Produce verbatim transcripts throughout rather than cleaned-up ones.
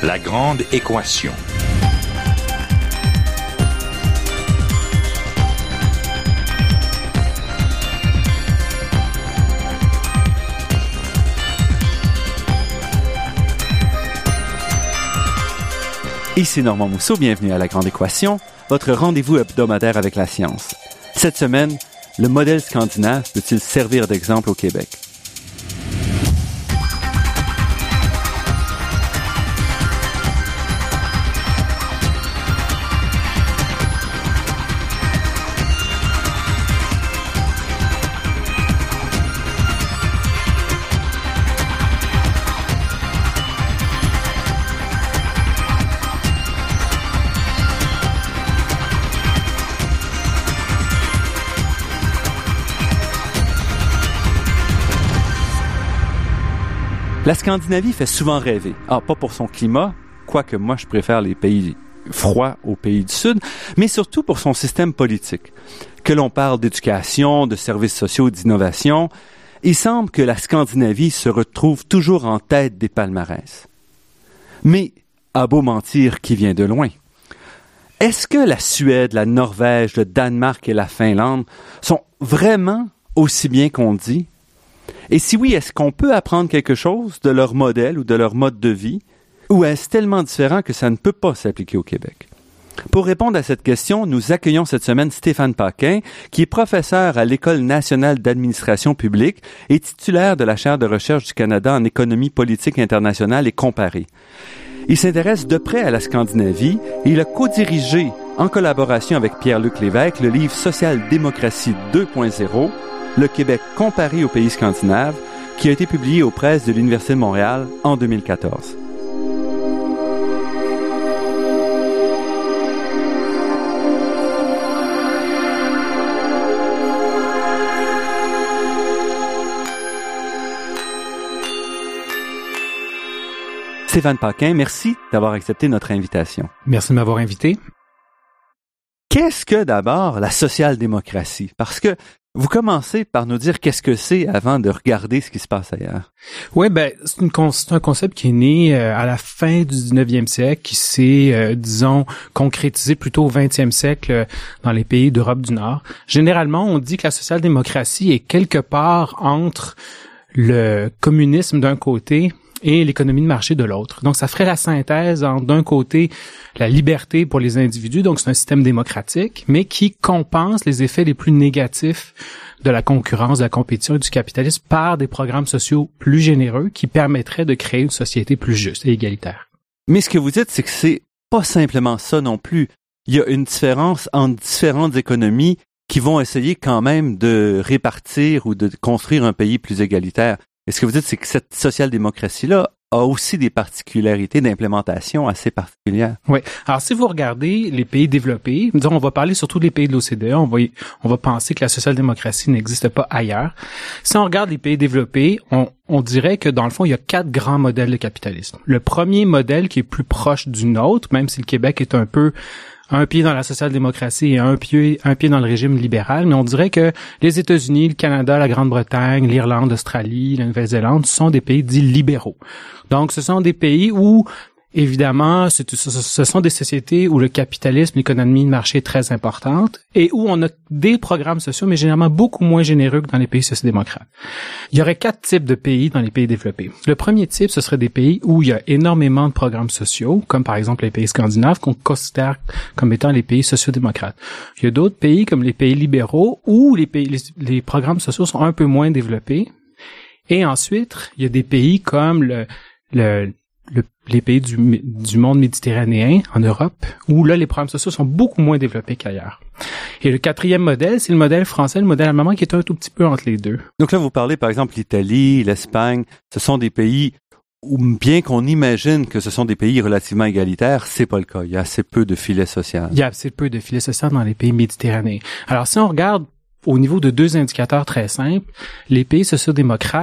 La grande équation. Ici Normand Mousseau, bienvenue à La Grande Équation, votre rendez-vous hebdomadaire avec la science. Cette semaine, le modèle scandinave peut-il servir d'exemple au Québec? La Scandinavie fait souvent rêver. Ah, pas pour son climat, quoique moi je préfère les pays froids aux pays du Sud, mais surtout pour son système politique. Que l'on parle d'éducation, de services sociaux, d'innovation, il semble que la Scandinavie se retrouve toujours en tête des palmarès. Mais, à beau mentir qui vient de loin. Est-ce que la Suède, la Norvège, le Danemark et la Finlande sont vraiment aussi bien qu'on dit? Et si oui, est-ce qu'on peut apprendre quelque chose de leur modèle ou de leur mode de vie? Ou est-ce tellement différent que ça ne peut pas s'appliquer au Québec? Pour répondre à cette question, nous accueillons cette semaine Stéphane Paquin, qui est professeur à l'École nationale d'administration publique et titulaire de la chaire de recherche du Canada en économie politique internationale et comparée. Il s'intéresse de près à la Scandinavie et il a co-dirigé, en collaboration avec Pierre-Luc Lévesque, le livre Social-démocratie deux point zéro, Le Québec comparé aux pays scandinaves, qui a été publié aux presses de l'Université de Montréal en deux mille quatorze. Stéphane Paquin, merci d'avoir accepté notre invitation. Merci de m'avoir invité. Qu'est-ce que d'abord la social-démocratie? Parce que vous commencez par nous dire qu'est-ce que c'est avant de regarder ce qui se passe ailleurs. Oui, ben c'est, une, c'est un concept qui est né euh, à la fin du dix-neuvième siècle, qui s'est, euh, disons, concrétisé plutôt au vingtième siècle euh, dans les pays d'Europe du Nord. Généralement, on dit que la social-démocratie est quelque part entre le communisme d'un côté et l'économie de marché de l'autre. Donc, ça ferait la synthèse entre, d'un côté, la liberté pour les individus, donc c'est un système démocratique, mais qui compense les effets les plus négatifs de la concurrence, de la compétition et du capitalisme par des programmes sociaux plus généreux qui permettraient de créer une société plus juste et égalitaire. Mais ce que vous dites, c'est que c'est pas simplement ça non plus. Il y a une différence entre différentes économies qui vont essayer quand même de répartir ou de construire un pays plus égalitaire. Et ce que vous dites, c'est que cette social-démocratie-là a aussi des particularités d'implémentation assez particulières. Oui. Alors, si vous regardez les pays développés, disons, on va parler surtout des pays de l'O C D E, on va, y, on va penser que la social-démocratie n'existe pas ailleurs. Si on regarde les pays développés, on, on dirait que, dans le fond, il y a quatre grands modèles de capitalisme. Le premier modèle qui est plus proche du nôtre, même si le Québec est un peu un pied dans la social-démocratie et un pied, un pied dans le régime libéral, mais on dirait que les États-Unis, le Canada, la Grande-Bretagne, l'Irlande, l'Australie, la Nouvelle-Zélande sont des pays dits libéraux. Donc, ce sont des pays où, évidemment, ce, ce sont des sociétés où le capitalisme, l'économie de marché est très importante et où on a des programmes sociaux, mais généralement beaucoup moins généreux que dans les pays sociodémocrates. Il y aurait quatre types de pays dans les pays développés. Le premier type, ce serait des pays où il y a énormément de programmes sociaux, comme par exemple les pays scandinaves qu'on considère comme étant les pays sociodémocrates. Il y a d'autres pays comme les pays libéraux où les, pays, les, les programmes sociaux sont un peu moins développés. Et ensuite, il y a des pays comme le Le, le, les pays du, du monde méditerranéen en Europe, où là, les programmes sociaux sont beaucoup moins développés qu'ailleurs. Et le quatrième modèle, c'est le modèle français, le modèle allemand, qui est un tout petit peu entre les deux. Donc là, vous parlez, par exemple, l'Italie, l'Espagne, ce sont des pays où, bien qu'on imagine que ce sont des pays relativement égalitaires, c'est pas le cas. Il y a assez peu de filets sociaux. Il y a assez peu de filets sociaux dans les pays méditerranéens. Alors, si on regarde au niveau de deux indicateurs très simples, les pays sociodémocrates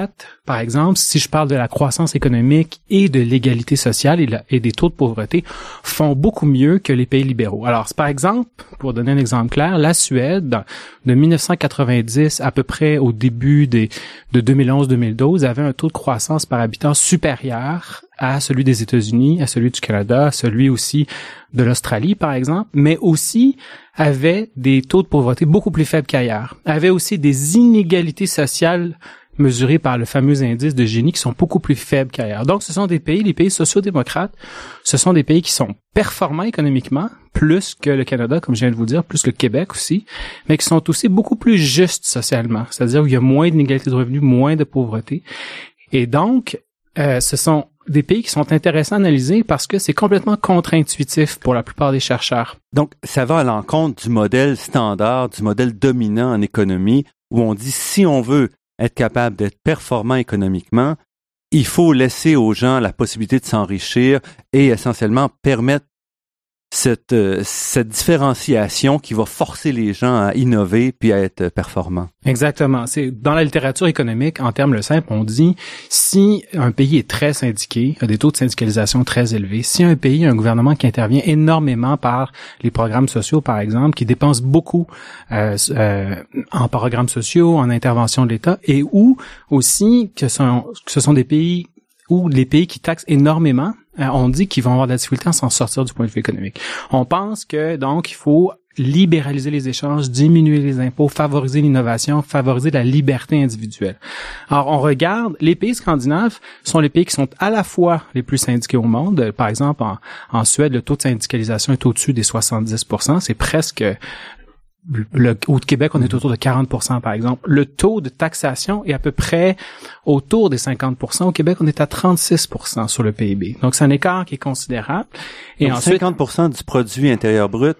par exemple, si je parle de la croissance économique et de l'égalité sociale et, la, et des taux de pauvreté, font beaucoup mieux que les pays libéraux. Alors, par exemple, pour donner un exemple clair, la Suède, de dix-neuf cent quatre-vingt-dix à peu près au début des, de deux mille onze deux mille douze, avait un taux de croissance par habitant supérieur à celui des États-Unis, à celui du Canada, à celui aussi de l'Australie, par exemple, mais aussi avait des taux de pauvreté beaucoup plus faibles qu'ailleurs, avait aussi des inégalités sociales mesurées par le fameux indice de Gini qui sont beaucoup plus faibles qu'ailleurs. Donc, ce sont des pays, les pays sociaux-démocrates, ce sont des pays qui sont performants économiquement, plus que le Canada, comme je viens de vous dire, plus que le Québec aussi, mais qui sont aussi beaucoup plus justes socialement, c'est-à-dire qu'il y a moins d'inégalités de revenus, moins de pauvreté. Et donc, euh, ce sont des pays qui sont intéressants à analyser parce que c'est complètement contre-intuitif pour la plupart des chercheurs. Donc, ça va à l'encontre du modèle standard, du modèle dominant en économie, où on dit si on veut être capable d'être performant économiquement, il faut laisser aux gens la possibilité de s'enrichir et essentiellement permettre cette, euh, cette différenciation qui va forcer les gens à innover puis à être performants. Exactement. C'est dans la littérature économique, en termes simples, on dit si un pays est très syndiqué, a des taux de syndicalisation très élevés, si un pays a un gouvernement qui intervient énormément par les programmes sociaux, par exemple, qui dépense beaucoup euh, euh, en programmes sociaux, en intervention de l'État, et où aussi que, sont, que ce sont des pays où les pays qui taxent énormément, on dit qu'ils vont avoir de la difficulté à s'en sortir du point de vue économique. On pense que, donc, il faut libéraliser les échanges, diminuer les impôts, favoriser l'innovation, favoriser la liberté individuelle. Alors, on regarde, les pays scandinaves sont les pays qui sont à la fois les plus syndiqués au monde. Par exemple, en, en Suède, le taux de syndicalisation est au-dessus des soixante-dix pour cent. C'est presque... Le, au Québec, on est autour de quarante pour cent, par exemple. Le taux de taxation est à peu près autour des cinquante pour cent. Au Québec, on est à trente-six pour cent sur le P I B. Donc, c'est un écart qui est considérable. Et donc, ensuite, cinquante pour cent du produit intérieur brut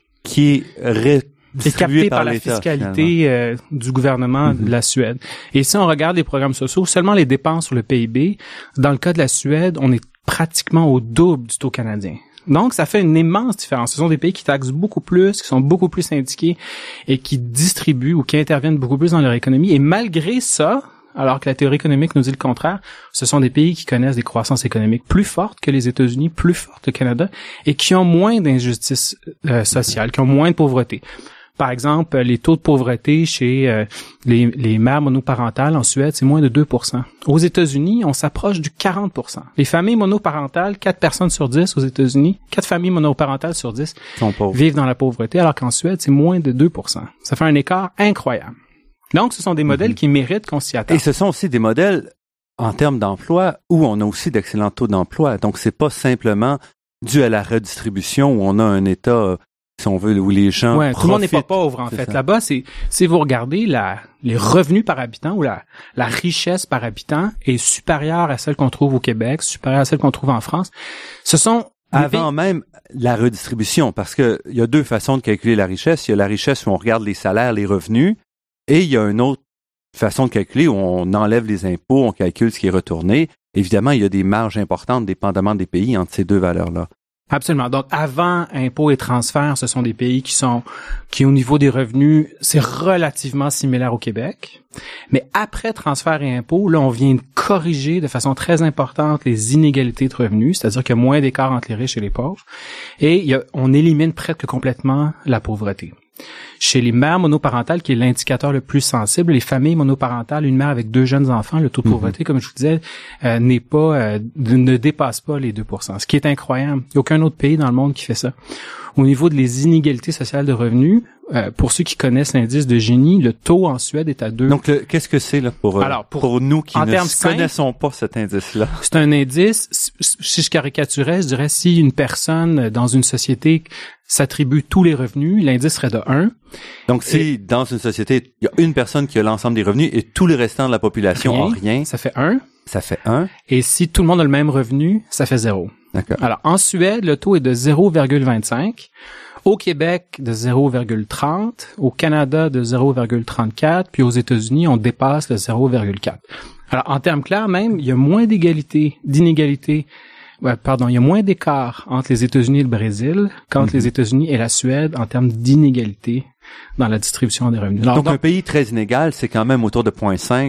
qui est redistribué capté par, par la fiscalité euh, du gouvernement mm-hmm. de la Suède. Et si on regarde les programmes sociaux, seulement les dépenses sur le P I B, dans le cas de la Suède, on est pratiquement au double du taux canadien. Donc, ça fait une immense différence. Ce sont des pays qui taxent beaucoup plus, qui sont beaucoup plus syndiqués et qui distribuent ou qui interviennent beaucoup plus dans leur économie. Et malgré ça, alors que la théorie économique nous dit le contraire, ce sont des pays qui connaissent des croissances économiques plus fortes que les États-Unis, plus fortes que le Canada et qui ont moins d'injustice euh, sociale, qui ont moins de pauvreté. Par exemple, les taux de pauvreté chez euh, les, les mères monoparentales en Suède, c'est moins de deux pour cent. Aux États-Unis, on s'approche du quarante pour cent. Les familles monoparentales, quatre personnes sur dix aux États-Unis, quatre familles monoparentales sur dix vivent dans la pauvreté, alors qu'en Suède, c'est moins de deux pour cent. Ça fait un écart incroyable. Donc, ce sont des modèles mm-hmm. qui méritent qu'on s'y attende. Et ce sont aussi des modèles, en termes d'emploi, où on a aussi d'excellents taux d'emploi. Donc, c'est pas simplement dû à la redistribution où on a un État... si on veut, où les gens ouais, profitent. Tout le monde n'est pas pauvre, en fait. Ça. Là-bas, c'est, si vous regardez la, les revenus par habitant ou la, la richesse par habitant est supérieure à celle qu'on trouve au Québec, supérieure à celle qu'on trouve en France. Ce sont avant pays... même la redistribution, parce que il y a deux façons de calculer la richesse. Il y a la richesse où on regarde les salaires, les revenus, et il y a une autre façon de calculer où on enlève les impôts, on calcule ce qui est retourné. Évidemment, il y a des marges importantes dépendamment des pays entre ces deux valeurs-là. Absolument. Donc, avant impôts et transferts, ce sont des pays qui sont, qui au niveau des revenus, c'est relativement similaire au Québec. Mais après transferts et impôts, là, on vient de corriger de façon très importante les inégalités de revenus, c'est-à-dire qu'il y a moins d'écart entre les riches et les pauvres. Et il y a, on élimine presque complètement la pauvreté. Chez les mères monoparentales, qui est l'indicateur le plus sensible, les familles monoparentales, une mère avec deux jeunes enfants, le taux de pauvreté, mm-hmm. comme je vous disais, euh, n'est pas, euh, ne dépasse pas les deux pour cent, ce qui est incroyable. Il n'y a aucun autre pays dans le monde qui fait ça. Au niveau des inégalités sociales de revenus, euh, pour ceux qui connaissent l'indice de Gini, le taux en Suède est à deux. Donc, le, qu'est-ce que c'est là pour, euh, Alors, pour, pour nous qui ne connaissons pas cet indice-là? C'est un indice, si je caricaturais, je dirais si une personne dans une société s'attribue tous les revenus, l'indice serait de un. Donc, si et, dans une société, il y a une personne qui a l'ensemble des revenus et tous les restants de la population rien, ont rien. Ça fait un. Ça fait un. Et si tout le monde a le même revenu, ça fait zéro. D'accord. Alors, en Suède, le taux est de zéro virgule vingt-cinq. Au Québec, de zéro virgule trente. Au Canada, de zéro virgule trente-quatre. Puis aux États-Unis, on dépasse le zéro virgule quatre. Alors, en termes clairs même, il y a moins d'égalité, d'inégalité. Ouais, pardon, il y a moins d'écart entre les États-Unis et le Brésil qu'entre mm-hmm. les États-Unis et la Suède en termes d'inégalité dans la distribution des revenus. Alors, donc, donc, un pays très inégal, c'est quand même autour de zéro virgule cinq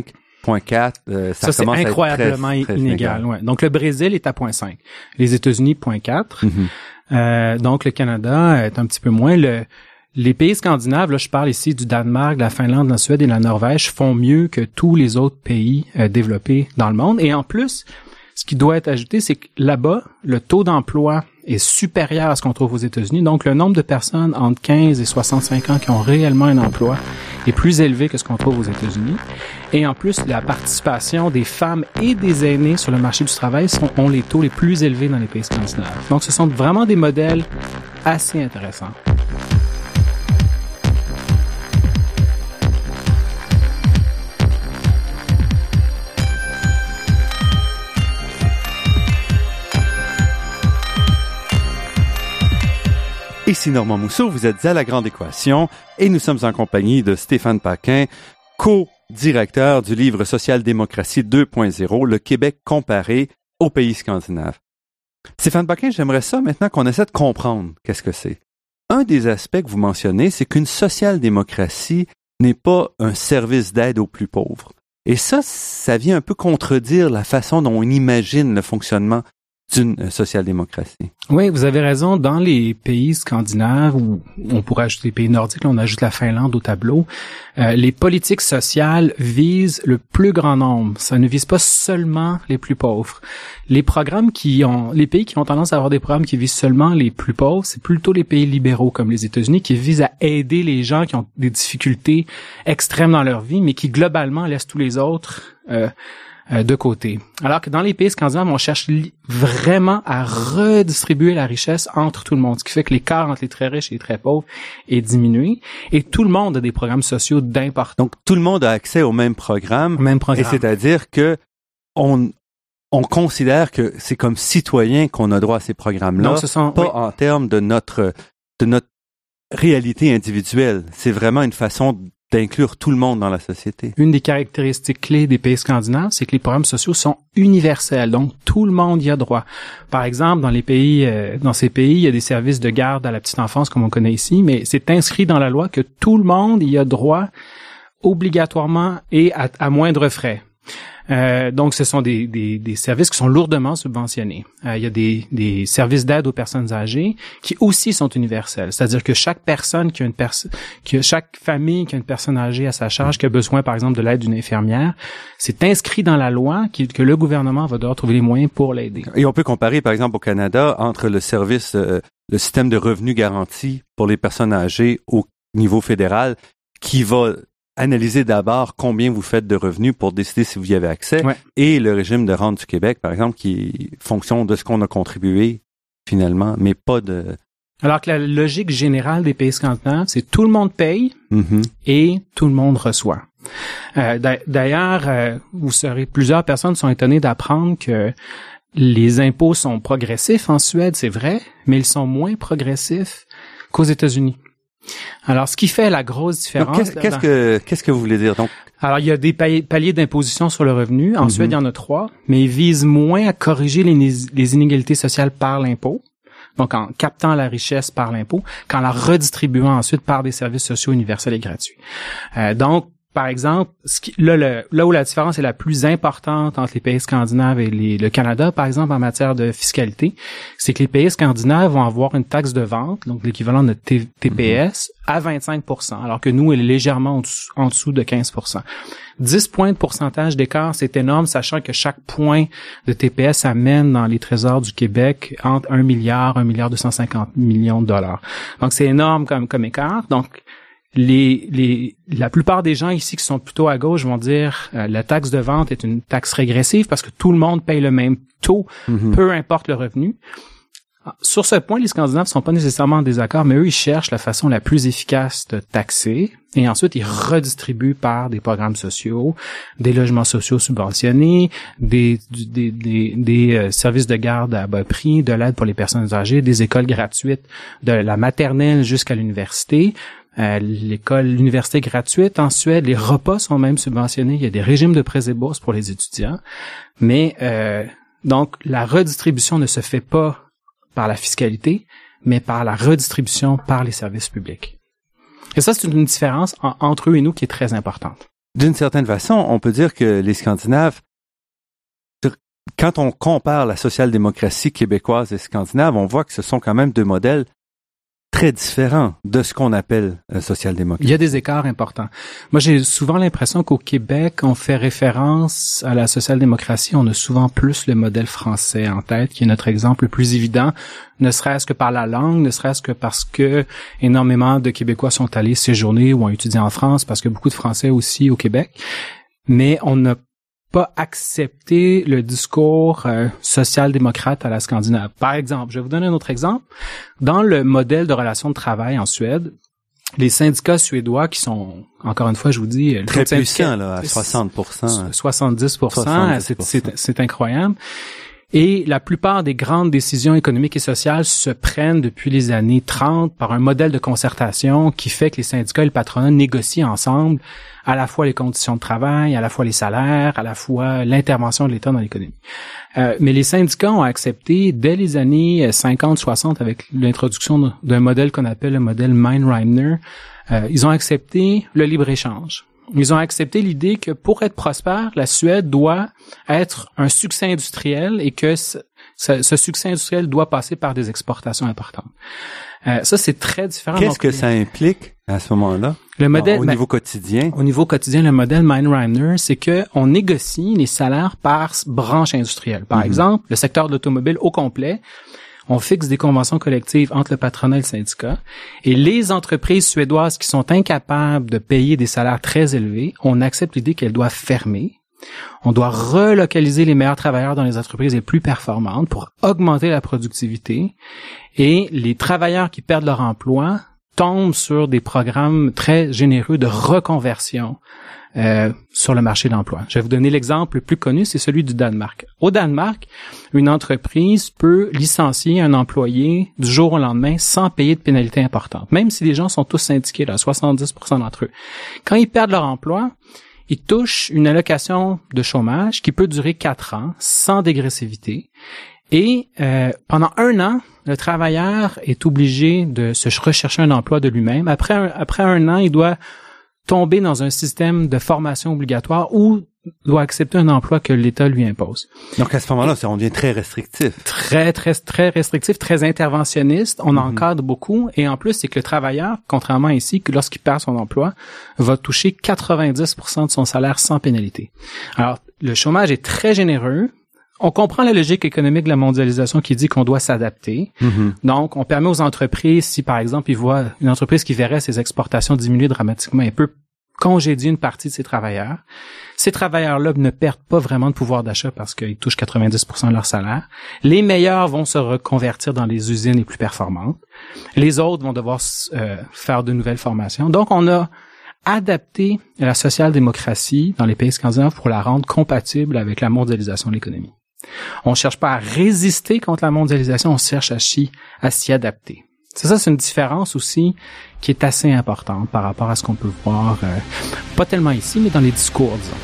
point quatre, euh, ça, ça commence c'est incroyablement à être très, très inégal. inégal. Ouais. Donc le Brésil est à zéro point cinq, les États-Unis zéro point quatre, Mm-hmm. euh, donc le Canada est un petit peu moins. Le Les pays scandinaves, là, je parle ici du Danemark, de la Finlande, de la Suède et de la Norvège, font mieux que tous les autres pays euh, développés dans le monde. Et en plus, ce qui doit être ajouté, c'est que là-bas, le taux d'emploi est supérieur à ce qu'on trouve aux États-Unis. Donc, le nombre de personnes entre quinze et soixante-cinq ans qui ont réellement un emploi est plus élevé que ce qu'on trouve aux États-Unis. Et en plus, la participation des femmes et des aînés sur le marché du travail sont, ont les taux les plus élevés dans les pays scandinaves. Donc, ce sont vraiment des modèles assez intéressants. Ici Normand Mousseau, vous êtes à La Grande Équation et nous sommes en compagnie de Stéphane Paquin, co-directeur du livre Social-démocratie deux point zéro, le Québec comparé aux pays scandinaves. Stéphane Paquin, j'aimerais ça maintenant qu'on essaie de comprendre qu'est-ce que c'est. Un des aspects que vous mentionnez, c'est qu'une social-démocratie n'est pas un service d'aide aux plus pauvres. Et ça, ça vient un peu contredire la façon dont on imagine le fonctionnement d'une social-démocratie. Oui, vous avez raison. Dans les pays scandinaves, ou on pourrait ajouter les pays nordiques, là, on ajoute la Finlande au tableau, euh, les politiques sociales visent le plus grand nombre. Ça ne vise pas seulement les plus pauvres. Les programmes qui ont, les pays qui ont tendance à avoir des programmes qui visent seulement les plus pauvres, c'est plutôt les pays libéraux comme les États-Unis qui visent à aider les gens qui ont des difficultés extrêmes dans leur vie, mais qui globalement laissent tous les autres euh, de côté. Alors que dans les pays scandinaves, on cherche li- vraiment à redistribuer la richesse entre tout le monde, ce qui fait que l'écart entre les très riches et les très pauvres est diminué. Et tout le monde a des programmes sociaux d'importance. Donc, tout le monde a accès au même programme. Même programme. Et c'est-à-dire que on, on considère que c'est comme citoyen qu'on a droit à ces programmes-là, Donc, ce sont, pas oui. en termes de notre, de notre réalité individuelle. C'est vraiment une façon d'inclure tout le monde dans la société. Une des caractéristiques clés des pays scandinaves, c'est que les programmes sociaux sont universels, donc tout le monde y a droit. Par exemple, dans les pays, euh, dans ces pays, il y a des services de garde à la petite enfance comme on connaît ici, mais c'est inscrit dans la loi que tout le monde y a droit obligatoirement et à, à moindre frais. Euh, donc, ce sont des, des, des services qui sont lourdement subventionnés. Euh, il y a des, des services d'aide aux personnes âgées qui aussi sont universels. C'est-à-dire que chaque personne qui a une personne, que chaque famille qui a une personne âgée à sa charge, qui a besoin, par exemple, de l'aide d'une infirmière, c'est inscrit dans la loi qui, que le gouvernement va devoir trouver les moyens pour l'aider. Et on peut comparer, par exemple, au Canada, entre le service, euh, le système de revenus garanti pour les personnes âgées au niveau fédéral, qui va analyser d'abord combien vous faites de revenus pour décider si vous y avez accès, Ouais. et le régime de rente du Québec, par exemple, qui fonction de ce qu'on a contribué finalement, mais pas de... Alors que la logique générale des pays scandinaves, c'est tout le monde paye Mm-hmm. et tout le monde reçoit. Euh, d'ailleurs, euh, vous serez, plusieurs personnes sont étonnées d'apprendre que les impôts sont progressifs en Suède, c'est vrai, mais ils sont moins progressifs qu'aux États-Unis. Alors, ce qui fait la grosse différence... Donc, qu'est-ce, qu'est-ce que, qu'est-ce que vous voulez dire? Donc, Alors, il y a des paliers, paliers d'imposition sur le revenu. En Mm-hmm. Suède, il y en a trois, mais ils visent moins à corriger les, les inégalités sociales par l'impôt, donc en captant la richesse par l'impôt, qu'en la redistribuant ensuite par des services sociaux universels et gratuits. Euh, donc, par exemple, ce qui, là, le, là où la différence est la plus importante entre les pays scandinaves et les, le Canada, par exemple, en matière de fiscalité, c'est que les pays scandinaves vont avoir une taxe de vente, donc l'équivalent de T P S, à vingt-cinq pour cent, alors que nous, elle est légèrement en dessous, en dessous de quinze pour cent. dix points de pourcentage d'écart, c'est énorme, sachant que chaque point de T P S amène dans les trésors du Québec entre un milliard, un milliard deux cent cinquante millions de dollars. Donc, c'est énorme comme, comme écart. Donc, Les, les, la plupart des gens ici qui sont plutôt à gauche vont dire euh, la taxe de vente est une taxe régressive parce que tout le monde paye le même taux, mm-hmm. peu importe le revenu. Sur ce point, les Scandinaves sont pas nécessairement en désaccord, mais eux, ils cherchent la façon la plus efficace de taxer et ensuite ils redistribuent par des programmes sociaux, des logements sociaux subventionnés, des, des, des, des euh, services de garde à bas prix, de l'aide pour les personnes âgées, des écoles gratuites de la maternelle jusqu'à l'université. Euh, l'école, l'université gratuite en Suède, les repas sont même subventionnés. Il y a des régimes de prêts et bourses pour les étudiants. Mais euh, donc, la redistribution ne se fait pas par la fiscalité, mais par la redistribution par les services publics. Et ça, c'est une différence en, entre eux et nous qui est très importante. d'une certaine façon, on peut dire que les Scandinaves, quand on compare la social-démocratie québécoise et scandinave, on voit que ce sont quand même deux modèles très différents de ce qu'on appelle la social-démocratie. Il y a des écarts importants. Moi, j'ai souvent l'impression qu'au Québec, on fait référence à la social-démocratie. On a souvent plus le modèle français en tête, qui est notre exemple le plus évident, ne serait-ce que par la langue, ne serait-ce que parce que énormément de Québécois sont allés séjourner ou ont étudié en France, parce que beaucoup de Français aussi au Québec. Mais on n'a pas accepter le discours euh, social-démocrate à la Scandinave. Par exemple, je vais vous donner un autre exemple. Dans le modèle de relations de travail en Suède, les syndicats suédois qui sont, encore une fois, je vous dis... Très puissants, là, à soixante pour cent. soixante-dix pour cent, c'est, c'est, c'est incroyable. Et la plupart des grandes décisions économiques et sociales se prennent depuis les années trente par un modèle de concertation qui fait que les syndicats et le patronat négocient ensemble à la fois les conditions de travail, à la fois les salaires, à la fois l'intervention de l'État dans l'économie. Euh, mais les syndicats ont accepté dès les années cinquante soixante avec l'introduction d'un modèle qu'on appelle le modèle Meinen-Reimner, euh, ils ont accepté le libre-échange. Ils ont accepté l'idée que pour être prospère, la Suède doit être un succès industriel et que ce, ce, ce succès industriel doit passer par des exportations importantes. Euh, ça, c'est très différent. Qu'est-ce que ça implique à ce moment-là? Le modèle, au niveau quotidien? Au niveau quotidien, le modèle Meinen-Reimner, c'est que on négocie les salaires par branche industrielle. Par mm-hmm. exemple, le secteur de l'automobile au complet, on fixe des conventions collectives entre le patronat et le syndicat. Et les entreprises suédoises qui sont incapables de payer des salaires très élevés, on accepte l'idée qu'elles doivent fermer. On doit relocaliser les meilleurs travailleurs dans les entreprises les plus performantes pour augmenter la productivité. Et les travailleurs qui perdent leur emploi tombent sur des programmes très généreux de reconversion Euh, sur le marché de l'emploi. Je vais vous donner l'exemple le plus connu, c'est celui du Danemark. Au Danemark, une entreprise peut licencier un employé du jour au lendemain sans payer de pénalité importante, même si les gens sont tous syndiqués, là, soixante-dix pour cent d'entre eux. Quand ils perdent leur emploi, ils touchent une allocation de chômage qui peut durer quatre ans sans dégressivité. Et euh, pendant un an, le travailleur est obligé de se rechercher un emploi de lui-même. Après un, après un an, il doit tomber dans un système de formation obligatoire ou doit accepter un emploi que l'État lui impose. Donc, à ce moment-là, ça devient très restrictif. Très, très, très restrictif, très interventionniste. On mm-hmm. encadre beaucoup. Et en plus, c'est que le travailleur, contrairement ici, que lorsqu'il perd son emploi, va toucher quatre-vingt-dix pour cent de son salaire sans pénalité. Alors, le chômage est très généreux. On comprend la logique économique de la mondialisation qui dit qu'on doit s'adapter. Mm-hmm. Donc, on permet aux entreprises, si par exemple, ils voient une entreprise qui verrait ses exportations diminuer dramatiquement, elle peut congédier une partie de ses travailleurs. Ces travailleurs-là ne perdent pas vraiment de pouvoir d'achat parce qu'ils touchent quatre-vingt-dix pour cent de leur salaire. Les meilleurs vont se reconvertir dans les usines les plus performantes. Les autres vont devoir euh, faire de nouvelles formations. Donc, on a adapté la social-démocratie dans les pays scandinaves pour la rendre compatible avec la mondialisation de l'économie. On ne cherche pas à résister contre la mondialisation, on cherche à s'y, à s'y adapter. C'est ça, c'est une différence aussi qui est assez importante par rapport à ce qu'on peut voir, euh, pas tellement ici, mais dans les discours, disons.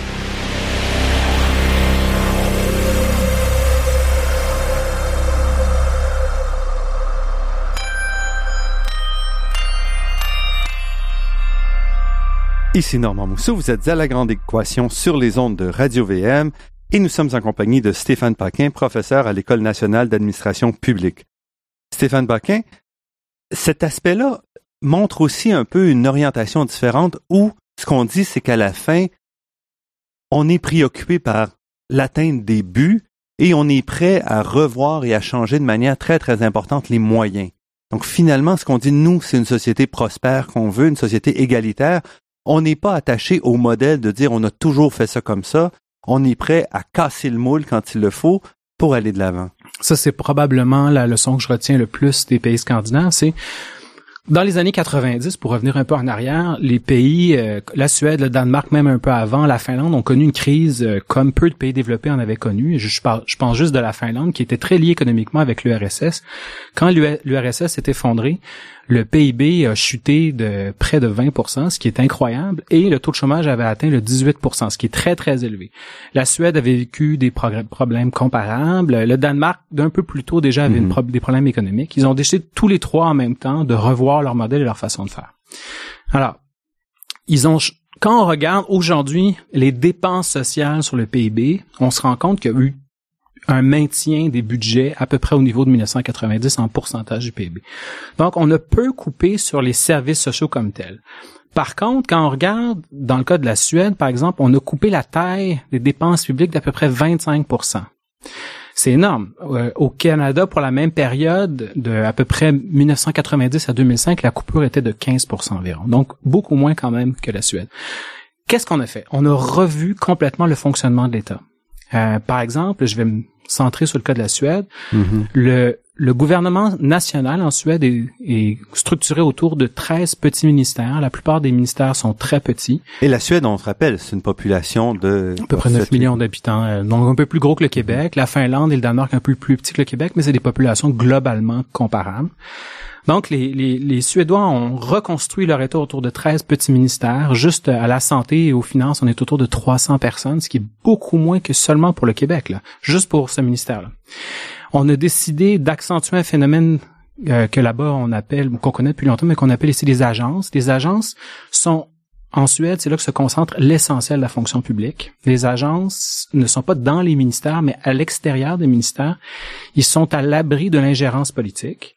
Ici Normand Mousseau, vous êtes à La Grande Équation sur les ondes de Radio-V M et nous sommes en compagnie de Stéphane Paquin, professeur à l'École nationale d'administration publique. Stéphane Paquin, cet aspect-là montre aussi un peu une orientation différente où ce qu'on dit, c'est qu'à la fin, on est préoccupé par l'atteinte des buts et on est prêt à revoir et à changer de manière très, très importante les moyens. Donc finalement, ce qu'on dit, nous, c'est une société prospère qu'on veut, une société égalitaire. On n'est pas attaché au modèle de dire on a toujours fait ça comme ça. On est prêt à casser le moule quand il le faut pour aller de l'avant. Ça, c'est probablement la leçon que je retiens le plus des pays scandinaves. C'est dans les années quatre-vingt-dix, pour revenir un peu en arrière, les pays, euh, la Suède, le Danemark, même un peu avant, la Finlande, ont connu une crise euh, comme peu de pays développés en avaient connu. Je, je, parle, je pense juste de la Finlande, qui était très liée économiquement avec l'U R S S. Quand l'U R S S s'est effondré, le P I B a chuté de près de vingt pour cent, ce qui est incroyable, et le taux de chômage avait atteint le dix-huit pour cent, ce qui est très, très élevé. La Suède avait vécu des progr- problèmes comparables. Le Danemark, d'un peu plus tôt, déjà avait mm-hmm. une pro- des problèmes économiques. Ils ont décidé tous les trois en même temps de revoir leur modèle et leur façon de faire. Alors, ils ont ch- quand on regarde aujourd'hui les dépenses sociales sur le P I B, on se rend compte qu'il y a eu un maintien des budgets à peu près au niveau de dix-neuf cent quatre-vingt-dix en pourcentage du P I B. Donc, on a peu coupé sur les services sociaux comme tels. Par contre, quand on regarde, dans le cas de la Suède, par exemple, on a coupé la taille des dépenses publiques d'à peu près vingt-cinq pour cent. C'est énorme. Euh, au Canada, pour la même période, de à peu près dix-neuf cent quatre-vingt-dix à deux mille cinq, la coupure était de quinze pour cent environ. Donc, beaucoup moins quand même que la Suède. Qu'est-ce qu'on a fait? On a revu complètement le fonctionnement de l'État. Euh, par exemple, je vais me centrer sur le cas de la Suède. Mm-hmm. Le, le gouvernement national en Suède est, est structuré autour de treize petits ministères. La plupart des ministères sont très petits. Et la Suède, on se rappelle, c'est une population de... À peu près neuf millions d'habitants, euh, donc un peu plus gros que le Québec. La Finlande et le Danemark un peu plus petits que le Québec, mais c'est des populations globalement comparables. Donc, les, les, les Suédois ont reconstruit leur État autour de treize petits ministères. Juste à la santé et aux finances, on est autour de trois cents personnes, ce qui est beaucoup moins que seulement pour le Québec, là, juste pour ce ministère-là. On a décidé d'accentuer un phénomène euh, que là-bas on appelle, qu'on connaît depuis longtemps, mais qu'on appelle ici les agences. Les agences sont, en Suède, c'est là que se concentre l'essentiel de la fonction publique. Les agences ne sont pas dans les ministères, mais à l'extérieur des ministères. Ils sont à l'abri de l'ingérence politique.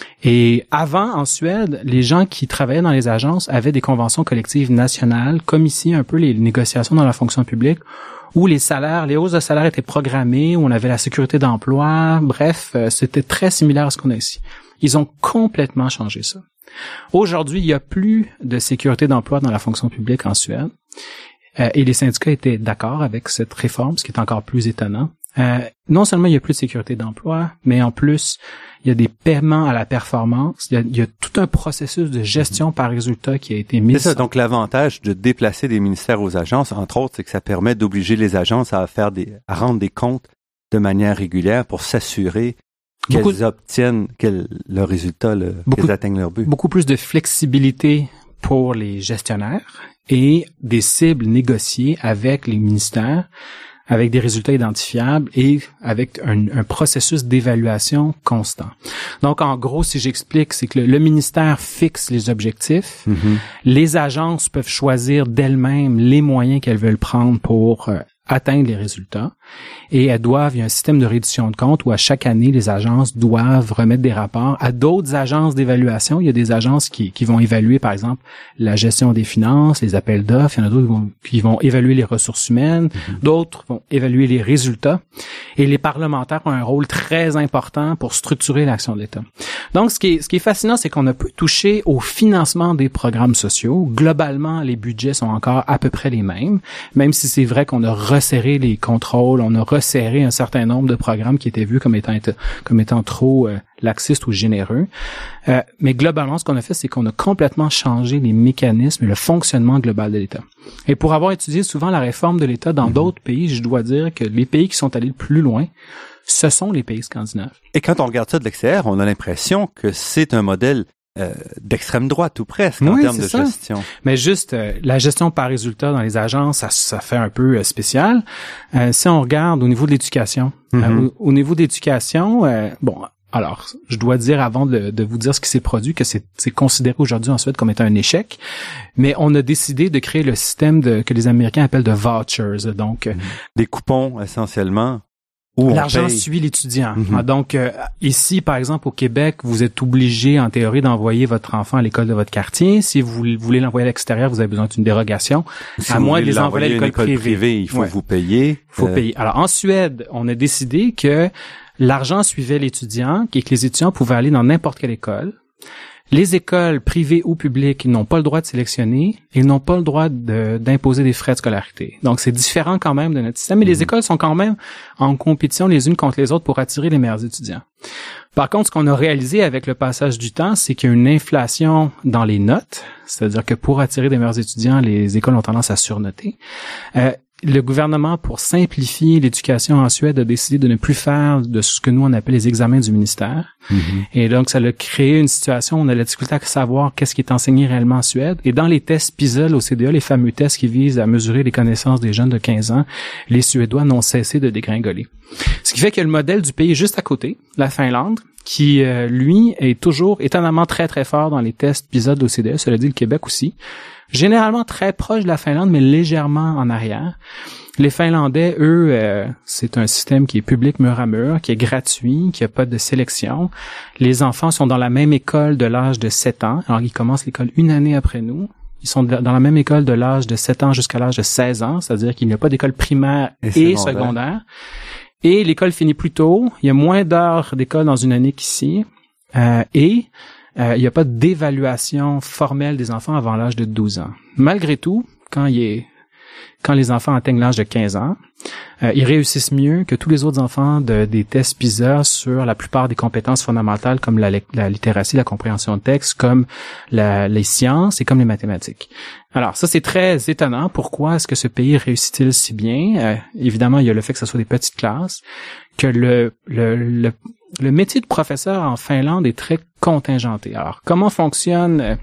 Et avant, en Suède, les gens qui travaillaient dans les agences avaient des conventions collectives nationales, comme ici un peu les négociations dans la fonction publique, où les salaires, les hausses de salaire étaient programmées, où on avait la sécurité d'emploi. Bref, c'était très similaire à ce qu'on a ici. Ils ont complètement changé ça. Aujourd'hui, il n'y a plus de sécurité d'emploi dans la fonction publique en Suède. Euh, et les syndicats étaient d'accord avec cette réforme, ce qui est encore plus étonnant. Euh, non seulement il n'y a plus de sécurité d'emploi, mais en plus, il y a des paiements à la performance. Il y a, il y a tout un processus de gestion par résultat qui a été mis. C'est ça. Donc, l'avantage de déplacer des ministères aux agences, entre autres, c'est que ça permet d'obliger les agences à faire des, à rendre des comptes de manière régulière pour s'assurer qu'elles beaucoup, obtiennent quel, leurs résultats, le, beaucoup, qu'elles atteignent leur but. Beaucoup plus de flexibilité pour les gestionnaires et des cibles négociées avec les ministères, avec des résultats identifiables et avec un, un processus d'évaluation constant. Donc, en gros, si j'explique, c'est que le, le ministère fixe les objectifs. Mm-hmm. Les agences peuvent choisir d'elles-mêmes les moyens qu'elles veulent prendre pour euh, atteindre les résultats. Et elles doivent, il y a un système de reddition de comptes où à chaque année, les agences doivent remettre des rapports à d'autres agences d'évaluation. Il y a des agences qui, qui vont évaluer, par exemple, la gestion des finances, les appels d'offres. Il y en a d'autres qui vont, qui vont évaluer les ressources humaines. Mm-hmm. D'autres vont évaluer les résultats. Et les parlementaires ont un rôle très important pour structurer l'action de l'État. Donc, ce qui est, ce qui est fascinant, c'est qu'on a pu toucher au financement des programmes sociaux. Globalement, les budgets sont encore à peu près les mêmes, même si c'est vrai qu'on a resserré les contrôles, on a resserré un certain nombre de programmes qui étaient vus comme étant comme étant trop euh, laxistes ou généreux. Euh, mais globalement, ce qu'on a fait, c'est qu'on a complètement changé les mécanismes et le fonctionnement global de l'État. Et pour avoir étudié souvent la réforme de l'État dans mmh. d'autres pays, je dois dire que les pays qui sont allés le plus loin, ce sont les pays scandinaves. Et quand on regarde ça de l'extérieur, on a l'impression que c'est un modèle Euh, d'extrême droite ou presque en oui, termes de ça. gestion. Mais juste euh, la gestion par résultat dans les agences, ça, ça fait un peu euh, spécial. Euh, si on regarde au niveau de l'éducation, mm-hmm. euh, au, au niveau de l'éducation, euh, bon, alors je dois dire avant de, de vous dire ce qui s'est produit que c'est, c'est considéré aujourd'hui en Suède comme étant un échec, mais on a décidé de créer le système de, que les Américains appellent de vouchers, donc mm-hmm. des coupons essentiellement. L'argent suit l'étudiant. Mm-hmm. Donc, euh, ici, par exemple, au Québec, vous êtes obligé, en théorie, d'envoyer votre enfant à l'école de votre quartier. Si vous voulez l'envoyer à l'extérieur, vous avez besoin d'une dérogation. Si à moins de les envoyer à l'école privée. privée. Il faut ouais. vous payer. Il faut euh... payer. Alors, en Suède, on a décidé que l'argent suivait l'étudiant et que les étudiants pouvaient aller dans n'importe quelle école. Les écoles privées ou publiques n'ont pas le droit de sélectionner et n'ont pas le droit de, d'imposer des frais de scolarité. Donc, c'est différent quand même de notre système. Mais mmh. les écoles sont quand même en compétition les unes contre les autres pour attirer les meilleurs étudiants. Par contre, ce qu'on a réalisé avec le passage du temps, c'est qu'il y a une inflation dans les notes. C'est-à-dire que pour attirer des meilleurs étudiants, les écoles ont tendance à surnoter. Euh, Le gouvernement, pour simplifier l'éducation en Suède, a décidé de ne plus faire de ce que nous, on appelle les examens du ministère. Mm-hmm. Et donc, ça a créé une situation où on a la difficulté à savoir qu'est-ce qui est enseigné réellement en Suède. Et dans les tests PISA, l'O C D E, les fameux tests qui visent à mesurer les connaissances des jeunes de quinze ans, les Suédois n'ont cessé de dégringoler. Ce qui fait que le modèle du pays juste à côté, la Finlande, qui, euh, lui, est toujours étonnamment très, très fort dans les tests PISA de l'O C D E, cela dit le Québec aussi, généralement très proche de la Finlande, mais légèrement en arrière. Les Finlandais, eux, euh, c'est un système qui est public mur à mur, qui est gratuit, qui a pas de sélection. Les enfants sont dans la même école de l'âge de sept ans. Alors, ils commencent l'école une année après nous. Ils sont dans la même école de l'âge de sept ans jusqu'à l'âge de seize ans, c'est-à-dire qu'il n'y a pas d'école primaire et, et secondaire. secondaire. Et l'école finit plus tôt. Il y a moins d'heures d'école dans une année qu'ici. Euh, et euh, il n'y a pas d'évaluation formelle des enfants avant l'âge de douze ans. Malgré tout, quand il est Quand les enfants atteignent l'âge de quinze ans, euh, ils réussissent mieux que tous les autres enfants de, des tests PISA sur la plupart des compétences fondamentales comme la, la littératie, la compréhension de texte, comme la, les sciences et comme les mathématiques. Alors, ça, c'est très étonnant. Pourquoi est-ce que ce pays réussit-il si bien? Euh, évidemment, il y a le fait que ce soit des petites classes, que le, le, le, le métier de professeur en Finlande est très contingenté. Alors, comment fonctionne... Euh,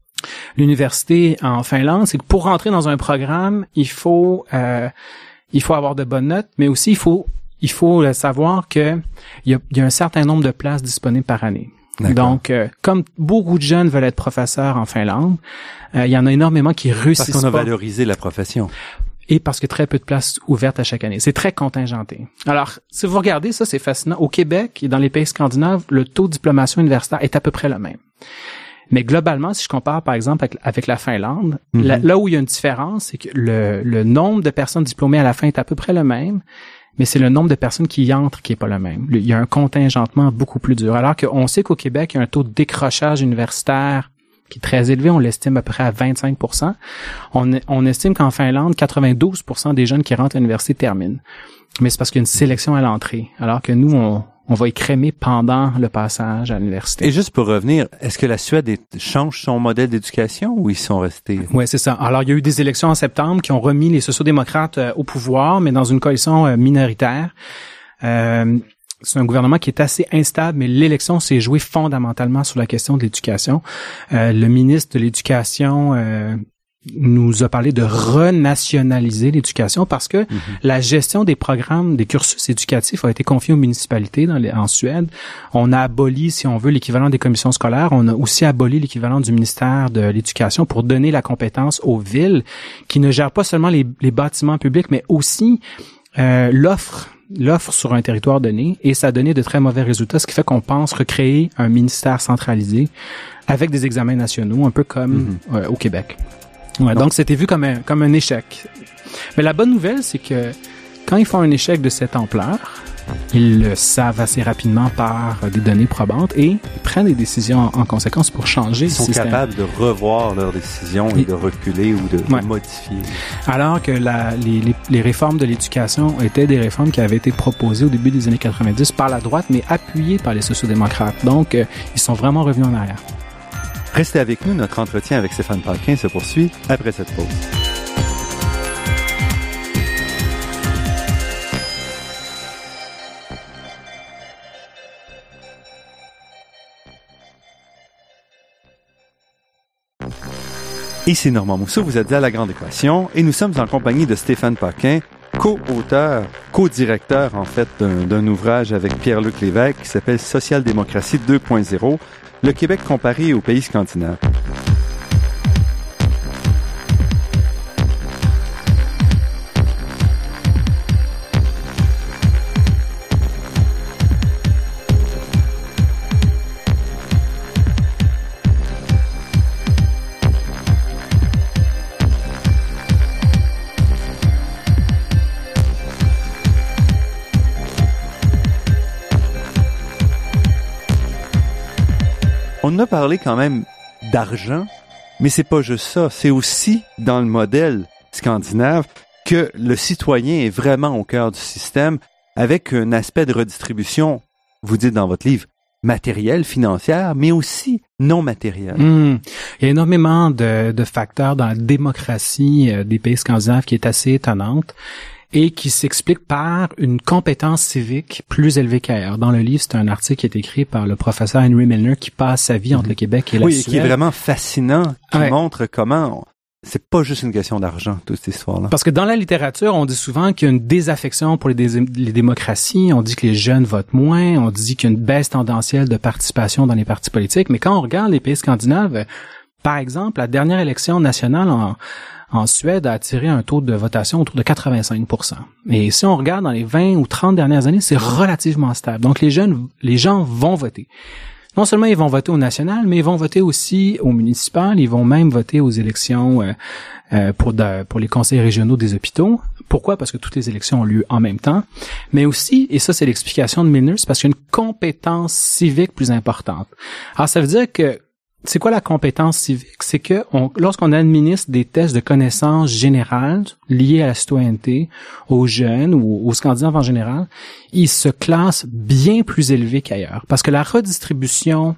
l'université en Finlande, c'est que pour rentrer dans un programme, il faut euh, il faut avoir de bonnes notes, mais aussi il faut il faut savoir que il y a, il y a un certain nombre de places disponibles par année. D'accord. Donc, euh, comme beaucoup de jeunes veulent être professeurs en Finlande, euh, il y en a énormément qui réussissent pas. Parce qu'on a valorisé la profession. Et parce qu'il y a très peu de places ouvertes à chaque année. C'est très contingenté. Alors, si vous regardez ça, c'est fascinant. Au Québec et dans les pays scandinaves, le taux de diplomation universitaire est à peu près le même. Mais globalement, si je compare, par exemple, avec, avec la Finlande, mm-hmm. là, là où il y a une différence, c'est que le, le nombre de personnes diplômées à la fin est à peu près le même, mais c'est le nombre de personnes qui y entrent qui est pas le même. Il y a un contingentement beaucoup plus dur. Alors qu'on sait qu'au Québec, il y a un taux de décrochage universitaire qui est très élevé. On l'estime à peu près à vingt-cinq pour cent. On, on estime qu'en Finlande, quatre-vingt-douze pour cent des jeunes qui rentrent à l'université terminent. Mais c'est parce qu'il y a une sélection à l'entrée. Alors que nous, on... on va écrémer pendant le passage à l'université. Et juste pour revenir, est-ce que la Suède est, change son modèle d'éducation ou ils sont restés? Oui, c'est ça. Alors, il y a eu des élections en septembre qui ont remis les sociodémocrates euh, au pouvoir, mais dans une coalition euh, minoritaire. Euh, c'est un gouvernement qui est assez instable, mais l'élection s'est jouée fondamentalement sur la question de l'éducation. Euh, le ministre de l'Éducation... Euh, nous a parlé de renationaliser l'éducation parce que mm-hmm. la gestion des programmes, des cursus éducatifs a été confiée aux municipalités dans les, en Suède. On a aboli, si on veut, l'équivalent des commissions scolaires. On a aussi aboli l'équivalent du ministère de l'Éducation pour donner la compétence aux villes qui ne gèrent pas seulement les, les bâtiments publics, mais aussi euh, l'offre l'offre sur un territoire donné, et ça a donné de très mauvais résultats, ce qui fait qu'on pense recréer un ministère centralisé avec des examens nationaux, un peu comme mm-hmm. euh, au Québec. Ouais, donc c'était vu comme un comme un échec. Mais la bonne nouvelle, c'est que quand ils font un échec de cette ampleur, ils le savent assez rapidement par des données probantes et ils prennent des décisions en, en conséquence pour changer le système. Ils sont capables de revoir leurs décisions et, et de reculer ou de, ouais. de modifier. Alors que la, les, les, les réformes de l'éducation étaient des réformes qui avaient été proposées au début des années quatre-vingt-dix par la droite, mais appuyées par les sociodémocrates. Donc, euh, ils sont vraiment revenus en arrière. Restez avec nous, notre entretien avec Stéphane Paquin se poursuit après cette pause. Ici Normand Mousseau, vous êtes à La Grande Équation et nous sommes en compagnie de Stéphane Paquin, co-auteur, co-directeur en fait d'un, d'un ouvrage avec Pierre-Luc Lévesque qui s'appelle Social-démocratie deux point zéro. Le Québec comparé aux pays scandinaves. On a parlé quand même d'argent, mais c'est pas juste ça. C'est aussi dans le modèle scandinave que le citoyen est vraiment au cœur du système avec un aspect de redistribution, vous dites dans votre livre, matérielle, financière, mais aussi non matérielle. Mmh. Il y a énormément de, de facteurs dans la démocratie euh, des pays scandinaves qui est assez étonnante et qui s'explique par une compétence civique plus élevée qu'ailleurs. Dans le livre, c'est un article qui est écrit par le professeur Henry Milner qui passe sa vie entre le Québec et la oui, Suède. Oui, qui est vraiment fascinant, qui ouais. montre comment c'est pas juste une question d'argent, toute cette histoire-là. Parce que dans la littérature, on dit souvent qu'il y a une désaffection pour les, dé- les démocraties, on dit que les jeunes votent moins, on dit qu'il y a une baisse tendancielle de participation dans les partis politiques, mais quand on regarde les pays scandinaves, Par exemple, la dernière élection nationale en, en Suède a attiré un taux de votation autour de quatre-vingt-cinq pour cent. Et si on regarde dans les vingt ou trente dernières années, c'est relativement stable. Donc les jeunes, les gens vont voter. Non seulement ils vont voter au national, mais ils vont voter aussi au municipal, ils vont même voter aux élections euh, euh, pour de, pour les conseils régionaux des hôpitaux. Pourquoi? Parce que toutes les élections ont lieu en même temps. Mais aussi, et ça c'est l'explication de Milner, c'est parce qu'il y a une compétence civique plus importante. Alors ça veut dire que c'est quoi la compétence civique? C'est que on, lorsqu'on administre des tests de connaissances générales liés à la citoyenneté aux jeunes ou aux Scandinaves en général, ils se classent bien plus élevés qu'ailleurs. Parce que la redistribution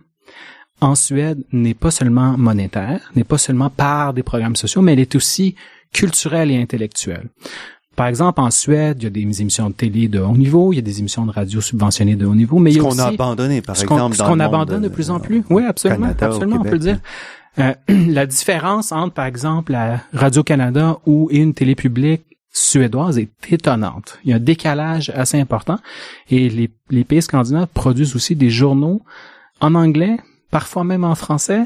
en Suède n'est pas seulement monétaire, n'est pas seulement par des programmes sociaux, mais elle est aussi culturelle et intellectuelle. Par exemple, en Suède, il y a des émissions de télé de haut niveau, il y a des émissions de radio subventionnées de haut niveau, mais il y a ce aussi... qu'on a abandonné, par ce exemple, qu'on, dans ce qu'on le abandonne de, de plus en plus. Oui, absolument, Canada, absolument, Québec, on peut le dire. Euh, la différence entre, par exemple, la Radio-Canada ou une télé publique suédoise est étonnante. Il y a un décalage assez important et les, les pays scandinaves produisent aussi des journaux en anglais, parfois même en français,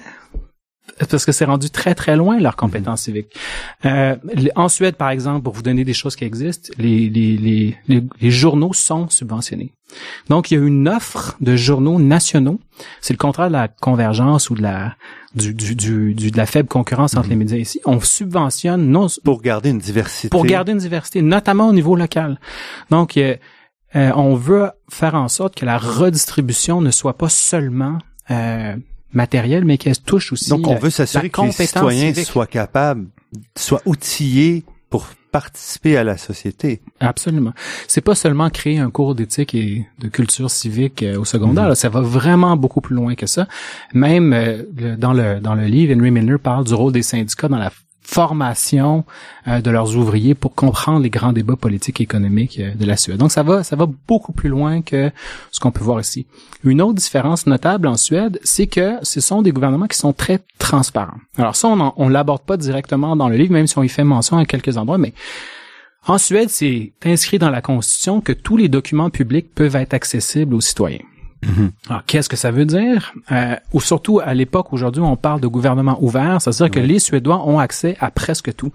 parce que c'est rendu très, très loin, leur compétence civique. Euh, en Suède, par exemple, pour vous donner des choses qui existent, les, les, les, les, les journaux sont subventionnés. Donc, il y a une offre de journaux nationaux. C'est le contraire de la convergence ou de la du, du, du, du de la faible concurrence entre mm-hmm. les médias ici. On subventionne non pour garder une diversité. Pour garder une diversité, notamment au niveau local. Donc, euh, euh, on veut faire en sorte que la redistribution ne soit pas seulement euh, matérielle, mais qu'elle touche aussi. Donc, on veut s'assurer que les citoyens civique. soient capables, soient outillés pour participer à la société. Absolument. C'est pas seulement créer un cours d'éthique et de culture civique euh, au secondaire, mmh. là, ça va vraiment beaucoup plus loin que ça. Même euh, le, dans le dans le livre, Henry Milner parle du rôle des syndicats dans la formation euh, de leurs ouvriers pour comprendre les grands débats politiques et économiques euh, de la Suède. Donc ça va ça va beaucoup plus loin que ce qu'on peut voir ici. Une autre différence notable en Suède, c'est que ce sont des gouvernements qui sont très transparents. Alors ça, on en, on l'aborde pas directement dans le livre, même si on y fait mention à quelques endroits, mais en Suède, c'est inscrit dans la Constitution que tous les documents publics peuvent être accessibles aux citoyens. Mm-hmm. Alors, qu'est-ce que ça veut dire? Euh, ou surtout, à l'époque, aujourd'hui, on parle de gouvernement ouvert, c'est-à-dire oui. que les Suédois ont accès à presque tout.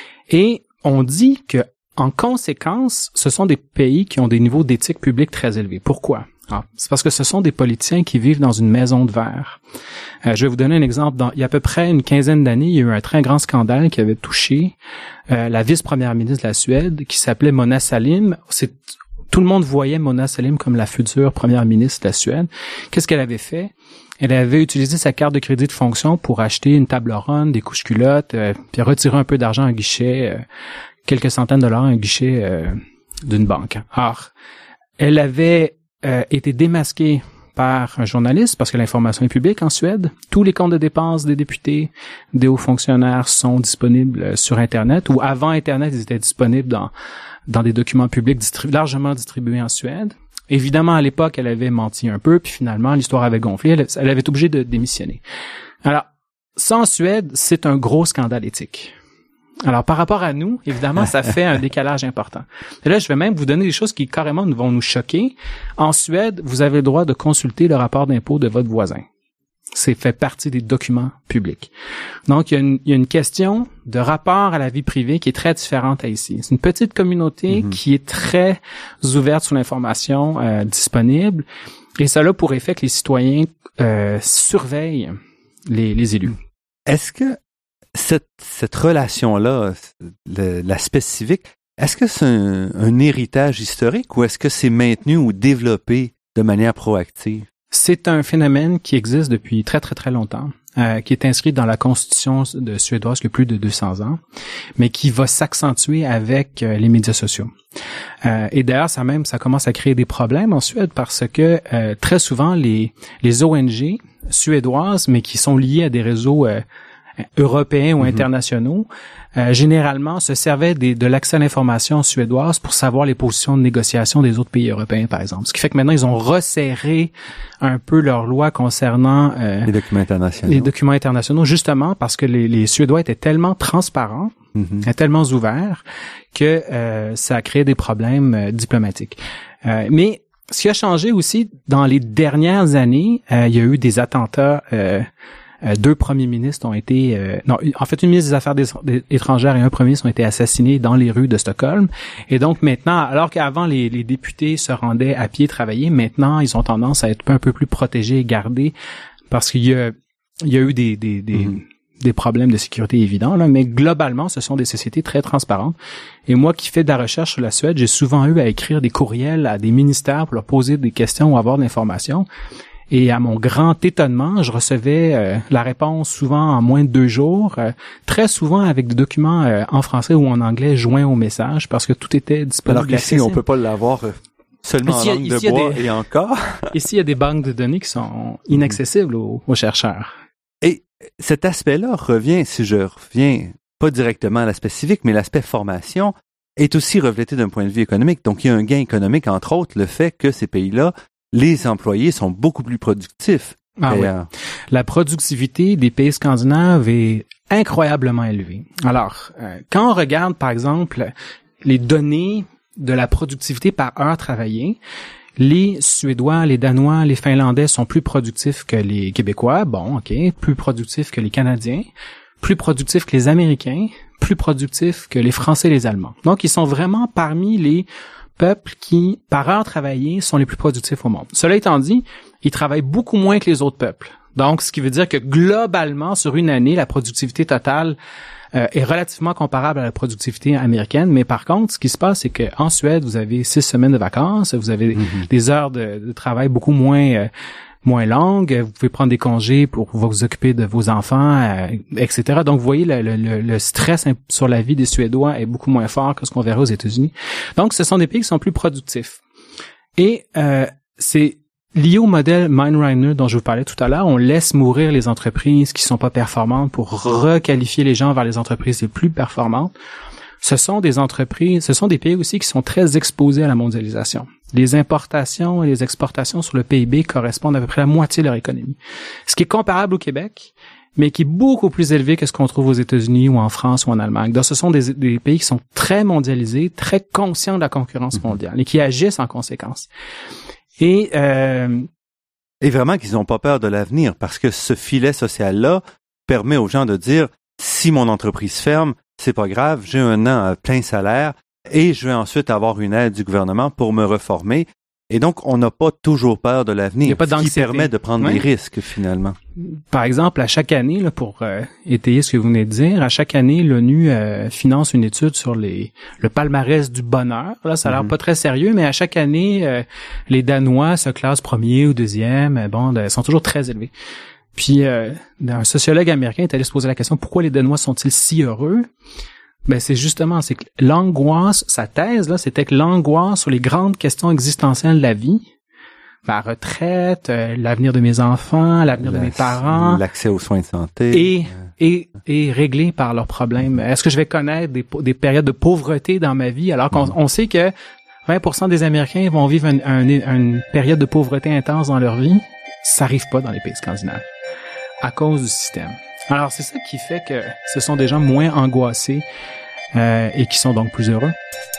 Et on dit que, en conséquence, ce sont des pays qui ont des niveaux d'éthique publique très élevés. Pourquoi? Ah, c'est parce que ce sont des politiciens qui vivent dans une maison de verre. Euh, je vais vous donner un exemple. Dans, il y a à peu près une quinzaine d'années, il y a eu un très grand scandale qui avait touché euh, la vice-première ministre de la Suède, qui s'appelait Mona Sahlin. C'est Tout le monde voyait Mona Sahlin comme la future première ministre de la Suède. Qu'est-ce qu'elle avait fait? Elle avait utilisé sa carte de crédit de fonction pour acheter une table ronde, des couches-culottes, euh, puis retirer un peu d'argent à un guichet, euh, quelques centaines de dollars à un guichet euh, d'une banque. Alors, elle avait euh, été démasquée par un journaliste parce que l'information est publique en Suède. Tous les comptes de dépenses des députés, des hauts fonctionnaires sont disponibles sur Internet, ou avant Internet, ils étaient disponibles dans dans des documents publics distribu- largement distribués en Suède. Évidemment, à l'époque, elle avait menti un peu, puis finalement, l'histoire avait gonflé. Elle, elle avait été obligée de démissionner. Alors, ça en Suède, c'est un gros scandale éthique. Alors, par rapport à nous, évidemment, ça fait un décalage important. Et là, je vais même vous donner des choses qui, carrément, vont nous choquer. En Suède, vous avez le droit de consulter le rapport d'impôt de votre voisin. C'est fait partie des documents publics. Donc, il y a une, il y a une question de rapport à la vie privée qui est très différente à ici. C'est une petite communauté mm-hmm. qui est très ouverte sur l'information euh, disponible, et ça a pour effet que les citoyens euh, surveillent les, les élus. Est-ce que cette, cette relation-là, le, l'aspect civique, est-ce que c'est un, un héritage historique ou est-ce que c'est maintenu ou développé de manière proactive? C'est un phénomène qui existe depuis très, très, très longtemps, euh, qui est inscrit dans la Constitution de suédoise qui a plus de deux cents ans, mais qui va s'accentuer avec euh, les médias sociaux. Euh, et d'ailleurs, ça même, ça commence à créer des problèmes en Suède parce que euh, très souvent, les, les O N G suédoises, mais qui sont liées à des réseaux euh, européens ou mm-hmm. internationaux, euh, généralement se servaient des, de l'accès à l'information suédoise pour savoir les positions de négociation des autres pays européens, par exemple. Ce qui fait que maintenant, ils ont resserré un peu leurs lois concernant euh, les documents internationaux. Les documents internationaux, justement parce que les, les Suédois étaient tellement transparents, mm-hmm. tellement ouverts, que euh, ça a créé des problèmes euh, diplomatiques. Euh, mais ce qui a changé aussi, dans les dernières années, euh, il y a eu des attentats euh, Euh, deux premiers ministres ont été... Euh, non, en fait, une ministre des Affaires des, des, étrangères et un premier ministre ont été assassinés dans les rues de Stockholm. Et donc maintenant, alors qu'avant les, les députés se rendaient à pied travailler, maintenant ils ont tendance à être un peu plus protégés et gardés parce qu'il y a, il y a eu des... des, des mmh. des problèmes de sécurité évidents, là, mais globalement, ce sont des sociétés très transparentes. Et moi qui fais de la recherche sur la Suède, j'ai souvent eu à écrire des courriels à des ministères pour leur poser des questions ou avoir de l'information. Et à mon grand étonnement, je recevais euh, la réponse souvent en moins de deux jours, euh, très souvent avec des documents euh, en français ou en anglais joints au message, parce que tout était disponible. Alors qu'ici, on peut pas l'avoir euh, seulement ici, en langue de bois des, et encore. Ici, il y a des banques de données qui sont inaccessibles aux, aux chercheurs. Et cet aspect-là revient, si je reviens pas directement à l'aspect civique, mais l'aspect formation est aussi reflété d'un point de vue économique. Donc, il y a un gain économique, entre autres, le fait que ces pays-là, les employés sont beaucoup plus productifs. Ah oui. Euh, La productivité des pays scandinaves est incroyablement élevée. Alors, euh, quand on regarde, par exemple, les données de la productivité par heure travaillée, les Suédois, les Danois, les Finlandais sont plus productifs que les Québécois. Bon, OK. Plus productifs que les Canadiens. Plus productifs que les Américains. Plus productifs que les Français et les Allemands. Donc, ils sont vraiment parmi les peuples qui, par heure travaillée, sont les plus productifs au monde. Cela étant dit, ils travaillent beaucoup moins que les autres peuples. Donc, ce qui veut dire que globalement, sur une année, la productivité totale Euh, est relativement comparable à la productivité américaine, mais par contre, ce qui se passe, c'est qu'en Suède, vous avez six semaines de vacances, vous avez mm-hmm. des heures de, de travail beaucoup moins euh, moins longues, vous pouvez prendre des congés pour vous occuper de vos enfants, euh, et cetera. Donc, vous voyez, le, le, le stress sur la vie des Suédois est beaucoup moins fort que ce qu'on verra aux États-Unis. Donc, ce sont des pays qui sont plus productifs. Et euh, c'est lié au modèle Mindrunner dont je vous parlais tout à l'heure, on laisse mourir les entreprises qui sont pas performantes pour requalifier les gens vers les entreprises les plus performantes. Ce sont des entreprises, ce sont des pays aussi qui sont très exposés à la mondialisation. Les importations et les exportations sur le P I B correspondent à peu près à la moitié de leur économie. Ce qui est comparable au Québec, mais qui est beaucoup plus élevé que ce qu'on trouve aux États-Unis ou en France ou en Allemagne. Donc, ce sont des, des pays qui sont très mondialisés, très conscients de la concurrence mondiale et qui agissent en conséquence. Et, euh, et vraiment qu'ils n'ont pas peur de l'avenir parce que ce filet social-là permet aux gens de dire si mon entreprise ferme, c'est pas grave, j'ai un an à plein salaire et je vais ensuite avoir une aide du gouvernement pour me reformer. Et donc, on n'a pas toujours peur de l'avenir, ce qui permet de prendre oui. des risques finalement. Par exemple, à chaque année, là, pour euh, étayer ce que vous venez de dire, à chaque année, l'ONU euh, finance une étude sur les le palmarès du bonheur. Là, ça a l'air mm-hmm. pas très sérieux, mais à chaque année, euh, les Danois se classent premier ou deuxième. Bon, de, sont toujours très élevés. Puis, euh, un sociologue américain est allé se poser la question, pourquoi les Danois sont-ils si heureux? Ben, c'est justement, c'est que l'angoisse, sa thèse, là, c'était que l'angoisse sur les grandes questions existentielles de la vie, ma retraite, euh, l'avenir de mes enfants, l'avenir la, de mes parents, l'accès aux soins de santé, et, et, et réglé par leurs problèmes. Est-ce que je vais connaître des, des périodes de pauvreté dans ma vie, alors qu'on mmh. on sait que vingt pour cent des Américains vont vivre un, un, une période de pauvreté intense dans leur vie? Ça arrive pas dans les pays scandinaves. À cause du système. Alors, c'est ça qui fait que ce sont des gens moins angoissés euh, et qui sont donc plus heureux.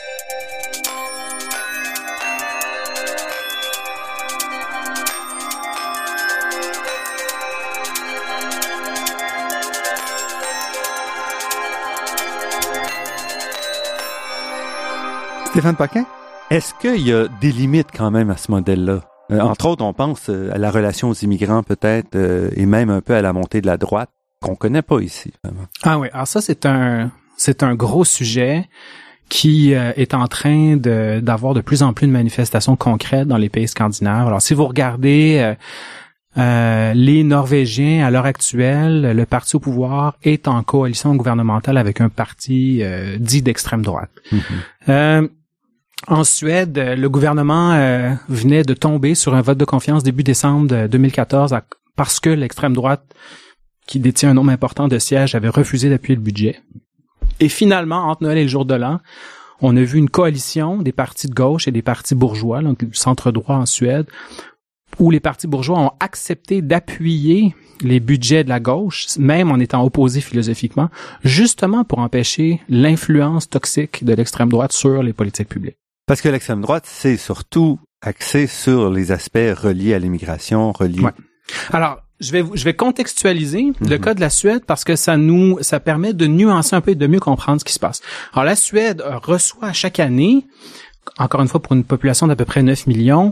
Stéphane Paquin, est-ce qu'il y a des limites quand même à ce modèle-là? Euh, entre autres, on pense euh, à la relation aux immigrants peut-être euh, et même un peu à la montée de la droite qu'on connaît pas ici. Vraiment. Ah oui, alors ça c'est un c'est un gros sujet qui euh, est en train de d'avoir de plus en plus de manifestations concrètes dans les pays scandinaves. Alors si vous regardez euh, euh, les Norvégiens à l'heure actuelle, le parti au pouvoir est en coalition gouvernementale avec un parti euh, dit d'extrême droite. Mm-hmm. Euh, En Suède, le gouvernement euh, venait de tomber sur un vote de confiance début décembre de deux mille quatorze à, parce que l'extrême droite, qui détient un nombre important de sièges, avait refusé d'appuyer le budget. Et finalement, entre Noël et le jour de l'an, on a vu une coalition des partis de gauche et des partis bourgeois, donc du centre-droit en Suède, où les partis bourgeois ont accepté d'appuyer les budgets de la gauche, même en étant opposés philosophiquement, justement pour empêcher l'influence toxique de l'extrême droite sur les politiques publiques. Parce que l'extrême droite, c'est surtout axé sur les aspects reliés à l'immigration, reliés... Ouais. Alors, je vais je vais contextualiser Mm-hmm. le cas de la Suède parce que ça nous ça permet de nuancer un peu et de mieux comprendre ce qui se passe. Alors la Suède reçoit chaque année, encore une fois pour une population d'à peu près neuf millions,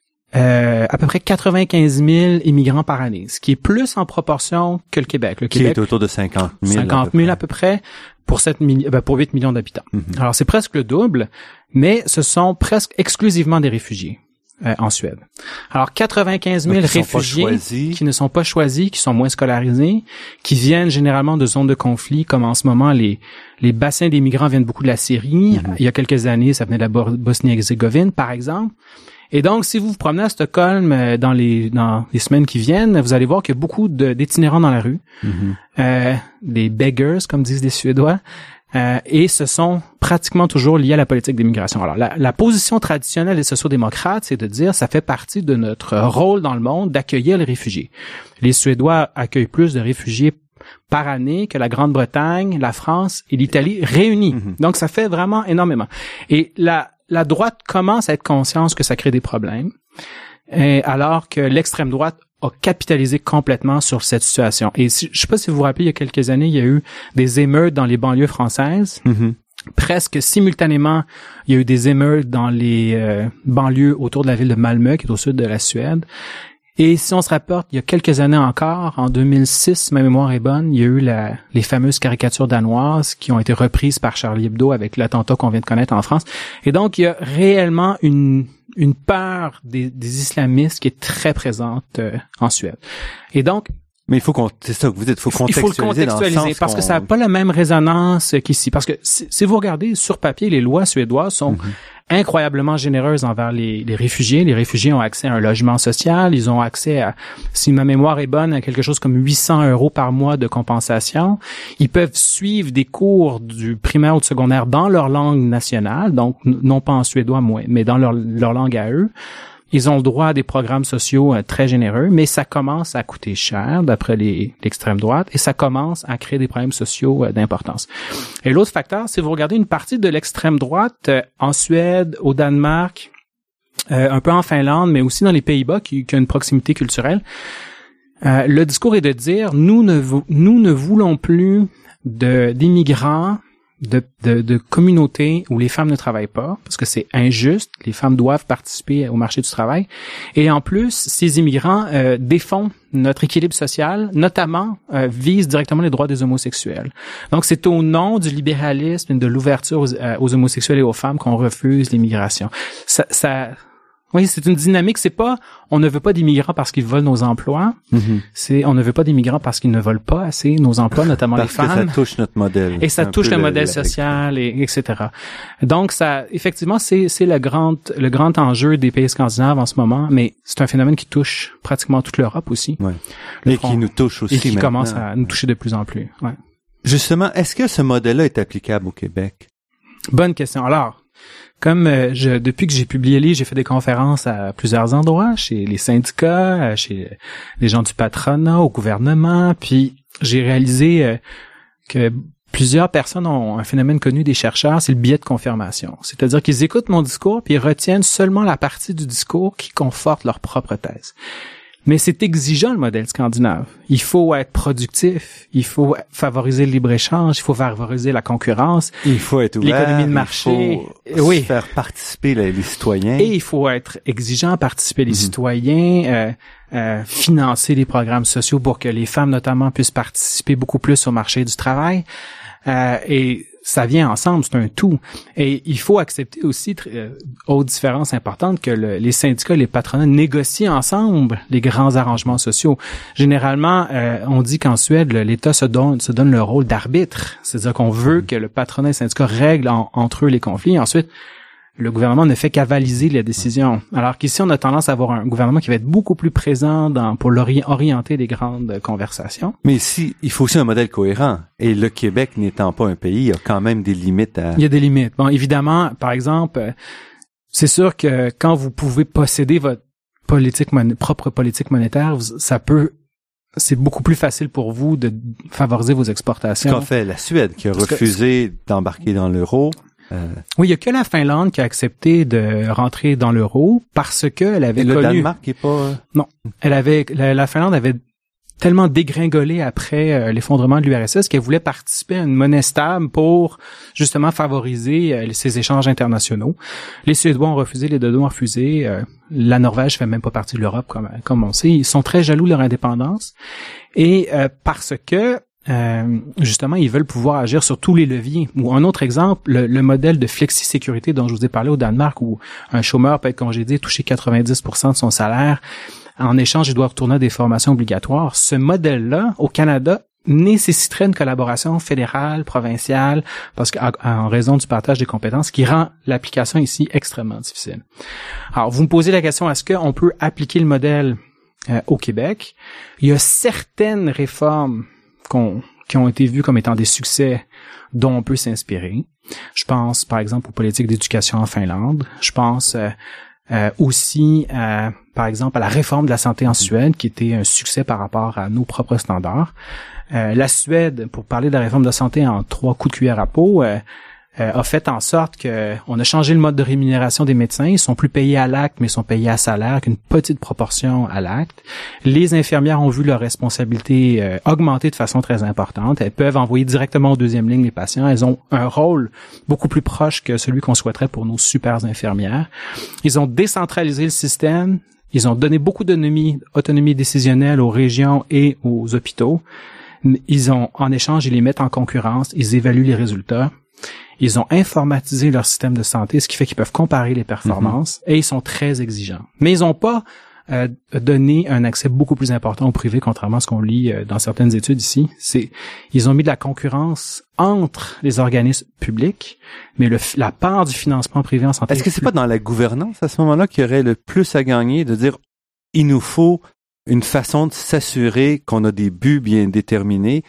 euh, à peu près quatre-vingt-quinze mille immigrants par année, ce qui est plus en proportion que le Québec. Le Qui Québec est autour de cinquante mille. cinquante mille à peu près pour sept milli- ben pour huit millions d'habitants. Mm-hmm. Alors c'est presque le double, mais ce sont presque exclusivement des réfugiés. Euh, en Suède. Alors, quatre-vingt-quinze mille qui réfugiés qui ne sont pas choisis, qui sont moins scolarisés, qui viennent généralement de zones de conflit, comme en ce moment, les les bassins des migrants viennent beaucoup de la Syrie. Mm-hmm. Il y a quelques années, ça venait de la Bo- Bosnie-Herzégovine, par exemple. Et donc, si vous vous promenez à Stockholm euh, dans les dans les semaines qui viennent, vous allez voir qu'il y a beaucoup de, d'itinérants dans la rue, Mm-hmm. euh, des beggars, comme disent les Suédois. Euh, et ce sont pratiquement toujours liés à la politique d'immigration. Alors, la, la position traditionnelle des sociodémocrates, c'est de dire ça fait partie de notre rôle dans le monde d'accueillir les réfugiés. Les Suédois accueillent plus de réfugiés par année que la Grande-Bretagne, la France et l'Italie réunis. Mm-hmm. Donc, ça fait vraiment énormément. Et la, la droite commence à être consciente que ça crée des problèmes, et alors que l'extrême droite a capitalisé complètement sur cette situation. Et si, je sais pas si vous vous rappelez, il y a quelques années, il y a eu des émeutes dans les banlieues françaises. Mm-hmm. Presque simultanément, il y a eu des émeutes dans les euh, banlieues autour de la ville de Malmö, qui est au sud de la Suède. Et si on se rapporte, il y a quelques années encore, en deux mille six, si ma mémoire est bonne, il y a eu la, les fameuses caricatures danoises qui ont été reprises par Charlie Hebdo avec l'attentat qu'on vient de connaître en France. Et donc, il y a réellement une une peur des, des islamistes qui est très présente euh, en Suède. Et donc, mais il faut qu'on, c'est ça que vous dites, il faut contextualiser, il faut le contextualiser dans le sens parce qu'on... que ça n'a pas la même résonance qu'ici. Parce que si, si vous regardez sur papier, les lois suédoises sont mm-hmm. incroyablement généreuses envers les, les réfugiés. Les réfugiés ont accès à un logement social, ils ont accès à, si ma mémoire est bonne, à quelque chose comme huit cents euros par mois de compensation. Ils peuvent suivre des cours du primaire ou du secondaire dans leur langue nationale, donc non pas en suédois, mais dans leur, leur langue à eux. Ils ont le droit à des programmes sociaux euh, très généreux, mais ça commence à coûter cher, d'après les, l'extrême droite, et ça commence à créer des problèmes sociaux euh, d'importance. Et l'autre facteur, si vous regardez une partie de l'extrême droite euh, en Suède, au Danemark, euh, un peu en Finlande, mais aussi dans les Pays-Bas, qui, qui a une proximité culturelle, euh, le discours est de dire, nous ne, nous ne voulons plus de, d'immigrants, De, de, de communautés où les femmes ne travaillent pas, parce que c'est injuste, les femmes doivent participer au marché du travail. Et en plus, ces immigrants euh, défont notre équilibre social, notamment euh, visent directement les droits des homosexuels. Donc, c'est au nom du libéralisme et de l'ouverture aux, euh, aux homosexuels et aux femmes qu'on refuse l'immigration. Ça... ça Oui, c'est une dynamique. C'est pas on ne veut pas d'immigrants parce qu'ils volent nos emplois. Mm-hmm. C'est on ne veut pas d'immigrants parce qu'ils ne volent pas assez nos emplois, notamment parce les femmes. Parce que ça touche notre modèle. Et ça touche le, le modèle le, social, et etc. Donc, ça, effectivement, c'est c'est le grand le grand enjeu des pays scandinaves en ce moment, mais c'est un phénomène qui touche pratiquement toute l'Europe aussi. Ouais. Et front, qui nous touche aussi et qui maintenant. commence à nous toucher de plus en plus. Ouais. Justement, est-ce que ce modèle-là est applicable au Québec? Bonne question. Alors. Comme euh, je, depuis que j'ai publié le livre, j'ai fait des conférences à plusieurs endroits, chez les syndicats, chez les gens du patronat, au gouvernement, puis j'ai réalisé euh, que plusieurs personnes ont un phénomène connu des chercheurs, c'est le biais de confirmation. C'est-à-dire qu'ils écoutent mon discours, puis ils retiennent seulement la partie du discours qui conforte leur propre thèse. Mais c'est exigeant, le modèle scandinave. Il faut être productif, il faut favoriser le libre-échange, il faut favoriser la concurrence. Il faut être ouvert, l'économie de marché. Il faut oui. faire participer les, les citoyens. Et il faut être exigeant, participer les mm-hmm. citoyens, euh, euh, financer les programmes sociaux pour que les femmes, notamment, puissent participer beaucoup plus au marché du travail. Euh, et ça vient ensemble, c'est un tout. Et il faut accepter aussi, euh, autre différence importante, que le, les syndicats et les patronats négocient ensemble les grands arrangements sociaux. Généralement, euh, on dit qu'en Suède, l'État se donne, se donne le rôle d'arbitre. C'est-à-dire qu'on veut que le patronat et les syndicats règlent en, entre eux les conflits. Ensuite, le gouvernement ne fait qu'avaliser les décisions. Alors qu'ici, on a tendance à avoir un gouvernement qui va être beaucoup plus présent dans, pour l'ori- orienter les grandes conversations. Mais ici, il faut aussi un modèle cohérent. Et le Québec n'étant pas un pays, il y a quand même des limites à... Il y a des limites. Bon, évidemment, par exemple, c'est sûr que quand vous pouvez posséder votre politique mon- propre politique monétaire, ça peut... c'est beaucoup plus facile pour vous de favoriser vos exportations. Ce qu'a fait la Suède, qui a Parce refusé que... d'embarquer dans l'euro... Euh... Oui, il y a que la Finlande qui a accepté de rentrer dans l'euro parce que elle avait Et le connu... Danemark est pas... Non, elle avait la, la Finlande avait tellement dégringolé après euh, l'effondrement de l'U R S S qu'elle voulait participer à une monnaie stable pour justement favoriser euh, ces échanges internationaux. Les Suédois ont refusé, les Danois ont refusé. Euh, la Norvège fait même pas partie de l'Europe, comme, comme on sait. Ils sont très jaloux de leur indépendance. Et euh, parce que Euh, justement, ils veulent pouvoir agir sur tous les leviers. Ou un autre exemple, le, le modèle de flexi-sécurité dont je vous ai parlé au Danemark, où un chômeur peut être congédié, toucher quatre-vingt-dix pour cent de son salaire. En échange, il doit retourner à des formations obligatoires. Ce modèle-là, au Canada, nécessiterait une collaboration fédérale, provinciale, parce qu'en raison du partage des compétences, qui rend l'application ici extrêmement difficile. Alors, vous me posez la question, est-ce qu'on peut appliquer le modèle euh, au Québec? Il y a certaines réformes Qu'on, qui ont été vus comme étant des succès dont on peut s'inspirer. Je pense, par exemple, aux politiques d'éducation en Finlande. Je pense euh, euh, aussi, euh, par exemple, à la réforme de la santé en Suède, qui était un succès par rapport à nos propres standards. Euh, la Suède, pour parler de la réforme de la santé en trois coups de cuillère à peau, euh, Euh, a fait en sorte que on a changé le mode de rémunération des médecins. Ils sont plus payés à l'acte, mais ils sont payés à salaire, qu'une petite proportion à l'acte. Les infirmières ont vu leur responsabilité euh, augmenter de façon très importante. Elles peuvent envoyer directement aux deuxième ligne les patients. Elles ont un rôle beaucoup plus proche que celui qu'on souhaiterait pour nos super infirmières. Ils ont décentralisé le système. Ils ont donné beaucoup d'autonomie, autonomie décisionnelle aux régions et aux hôpitaux. Ils ont, en échange, ils les mettent en concurrence. Ils évaluent les résultats. Ils ont informatisé leur système de santé, ce qui fait qu'ils peuvent comparer les performances, mm-hmm. et ils sont très exigeants. Mais ils n'ont pas euh, donné un accès beaucoup plus important au privé, contrairement à ce qu'on lit euh, dans certaines études ici. C'est, ils ont mis de la concurrence entre les organismes publics, mais le, la part du financement privé en santé... Est-ce que c'est pas dans la gouvernance, à ce moment-là, qu'il y aurait le plus à gagner de dire « il nous faut une façon de s'assurer qu'on a des buts bien déterminés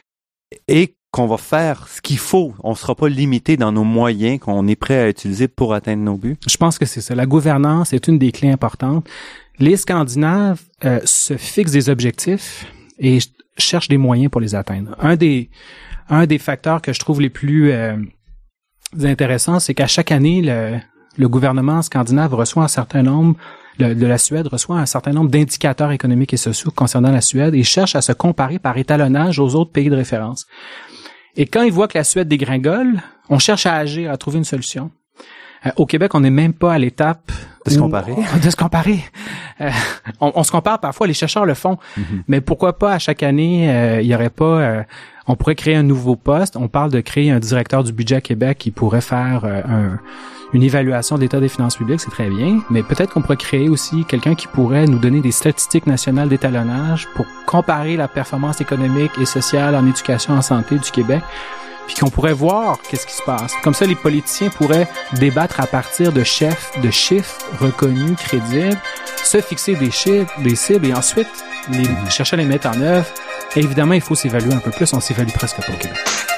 et qu'on va faire ce qu'il faut. On ne sera pas limité dans nos moyens qu'on est prêt à utiliser pour atteindre nos buts. » Je pense que c'est ça. La gouvernance est une des clés importantes. Les Scandinaves euh, se fixent des objectifs et cherchent des moyens pour les atteindre. Un des un des facteurs que je trouve les plus euh, intéressants, c'est qu'à chaque année, le, le gouvernement scandinave reçoit un certain nombre Le, de la Suède reçoit un certain nombre d'indicateurs économiques et sociaux concernant la Suède et cherche à se comparer par étalonnage aux autres pays de référence. Et quand ils voient que la Suède dégringole, on cherche à agir, à trouver une solution. Euh, au Québec, on n'est même pas à l'étape de se comparer. Où, de se comparer. Euh, on, on se compare parfois, les chercheurs le font. Mm-hmm. Mais pourquoi pas à chaque année, euh, il y aurait pas... Euh, on pourrait créer un nouveau poste. On parle de créer un directeur du budget à Québec qui pourrait faire euh, un... une évaluation de l'état des finances publiques, c'est très bien, mais peut-être qu'on pourrait créer aussi quelqu'un qui pourrait nous donner des statistiques nationales d'étalonnage pour comparer la performance économique et sociale en éducation, en santé du Québec, puis qu'on pourrait voir qu'est-ce qui se passe. Comme ça, les politiciens pourraient débattre à partir de chefs, de chiffres reconnus, crédibles, se fixer des chiffres, des cibles, et ensuite les, chercher à les mettre en œuvre. Et évidemment, il faut s'évaluer un peu plus, on s'évalue presque pas au Québec.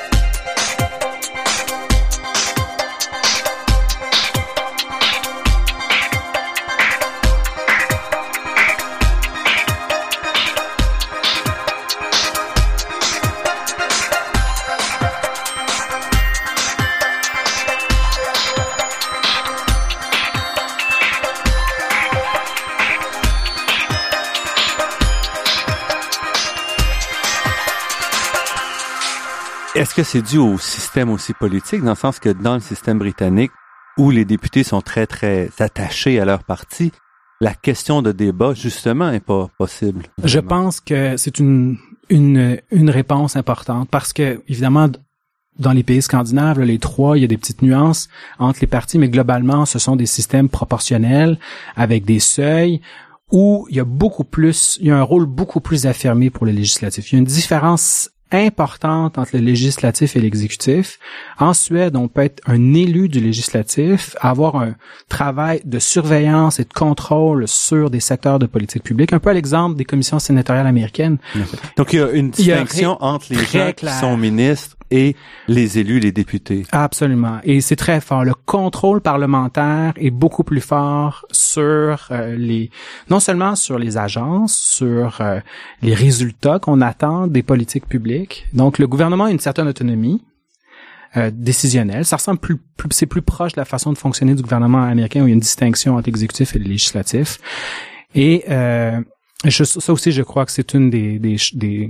Est-ce que c'est dû au système aussi politique, dans le sens que dans le système britannique, où les députés sont très, très attachés à leur parti, la question de débat, justement, n'est pas possible? Vraiment. Je pense que c'est une, une, une réponse importante parce que, évidemment, dans les pays scandinaves, les trois, il y a des petites nuances entre les partis, mais globalement, ce sont des systèmes proportionnels avec des seuils où il y a beaucoup plus, il y a un rôle beaucoup plus affirmé pour le législatif. Il y a une différence importante entre le législatif et l'exécutif. En Suède, on peut être un élu du législatif, avoir un travail de surveillance et de contrôle sur des secteurs de politique publique, un peu à l'exemple des commissions sénatoriales américaines. Donc, il y a une distinction a entre les gens qui sont ministres et les élus, les députés. Absolument. Et c'est très fort. Le contrôle parlementaire est beaucoup plus fort sur euh, les, non seulement sur les agences, sur euh, les résultats qu'on attend des politiques publiques. Donc, le gouvernement a une certaine autonomie euh, décisionnelle. Ça ressemble plus, plus, c'est plus proche de la façon de fonctionner du gouvernement américain où il y a une distinction entre l'exécutif et le législatif. Et euh, Je, ça aussi, je crois que c'est une des des des,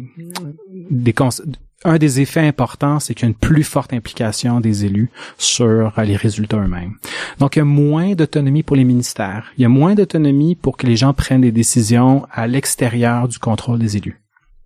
des cons, un des effets importants, c'est qu'il y a une plus forte implication des élus sur les résultats eux-mêmes. Donc, il y a moins d'autonomie pour les ministères. Il y a moins d'autonomie pour que les gens prennent des décisions à l'extérieur du contrôle des élus.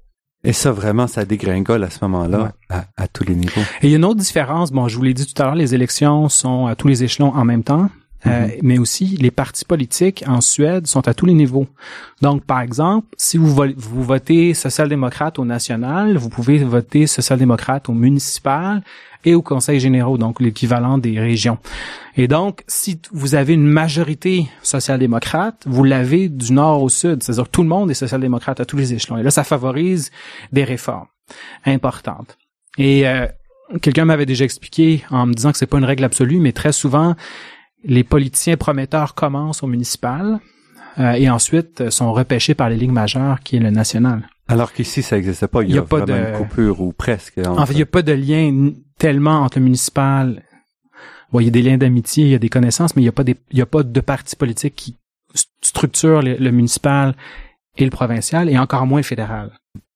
Et ça, vraiment, ça dégringole à ce moment-là, ouais. à, à tous les niveaux. Et il y a une autre différence. Bon, je vous l'ai dit tout à l'heure, les élections sont à tous les échelons en même temps. Euh, mm-hmm. Mais aussi, les partis politiques en Suède sont à tous les niveaux. Donc, par exemple, si vous, vo- vous votez social-démocrate au national, vous pouvez voter social-démocrate au municipal et au conseil général, donc l'équivalent des régions. Et donc, si vous avez une majorité social-démocrate, vous l'avez du nord au sud. C'est-à-dire que tout le monde est social-démocrate à tous les échelons. Et là, ça favorise des réformes importantes. Et euh, quelqu'un m'avait déjà expliqué en me disant que c'est pas une règle absolue, mais très souvent, les politiciens prometteurs commencent au municipal euh, et ensuite sont repêchés par les ligues majeures, qui est le national. Alors qu'ici, ça n'existe pas. Il y a, il y a pas vraiment de... une coupure ou presque. Entre... En fait, il n'y a pas de lien tellement entre le municipal. Bon, il y a des liens d'amitié, il y a des connaissances, mais il n'y a pas des, il y a pas de parti politique qui structure le, le municipal et le provincial, et encore moins le fédéral.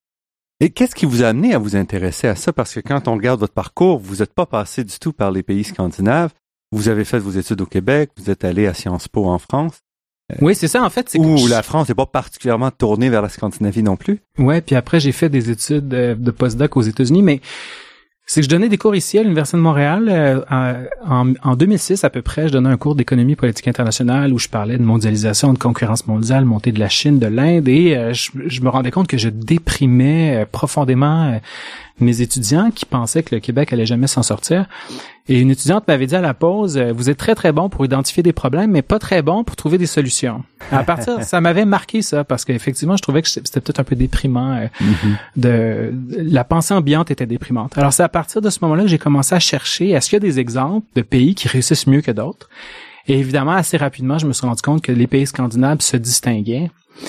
Et qu'est-ce qui vous a amené à vous intéresser à ça? Parce que quand on regarde votre parcours, vous n'êtes pas passé du tout par les pays scandinaves. Vous avez fait vos études au Québec, vous êtes allé à Sciences Po en France. Oui, c'est ça, en fait. C'est Où que la France n'est pas particulièrement tournée vers la Scandinavie non plus. Ouais, puis après, j'ai fait des études de, de postdoc aux États-Unis, mais c'est que je donnais des cours ici à l'Université de Montréal. Euh, en, en deux mille six, à peu près, je donnais un cours d'économie politique internationale où je parlais de mondialisation, de concurrence mondiale, montée de la Chine, de l'Inde, et euh, je, je me rendais compte que je déprimais euh, profondément euh, mes étudiants qui pensaient que le Québec allait jamais s'en sortir. Et une étudiante m'avait dit à la pause, euh, vous êtes très très bon pour identifier des problèmes, mais pas très bon pour trouver des solutions. À partir, ça m'avait marqué ça, parce qu'effectivement, je trouvais que c'était peut-être un peu déprimant. Euh, mm-hmm. de, de la pensée ambiante était déprimante. Alors c'est à partir de ce moment-là que j'ai commencé à chercher, est-ce qu'il y a des exemples de pays qui réussissent mieux que d'autres? Et évidemment, assez rapidement, je me suis rendu compte que les pays scandinaves se distinguaient.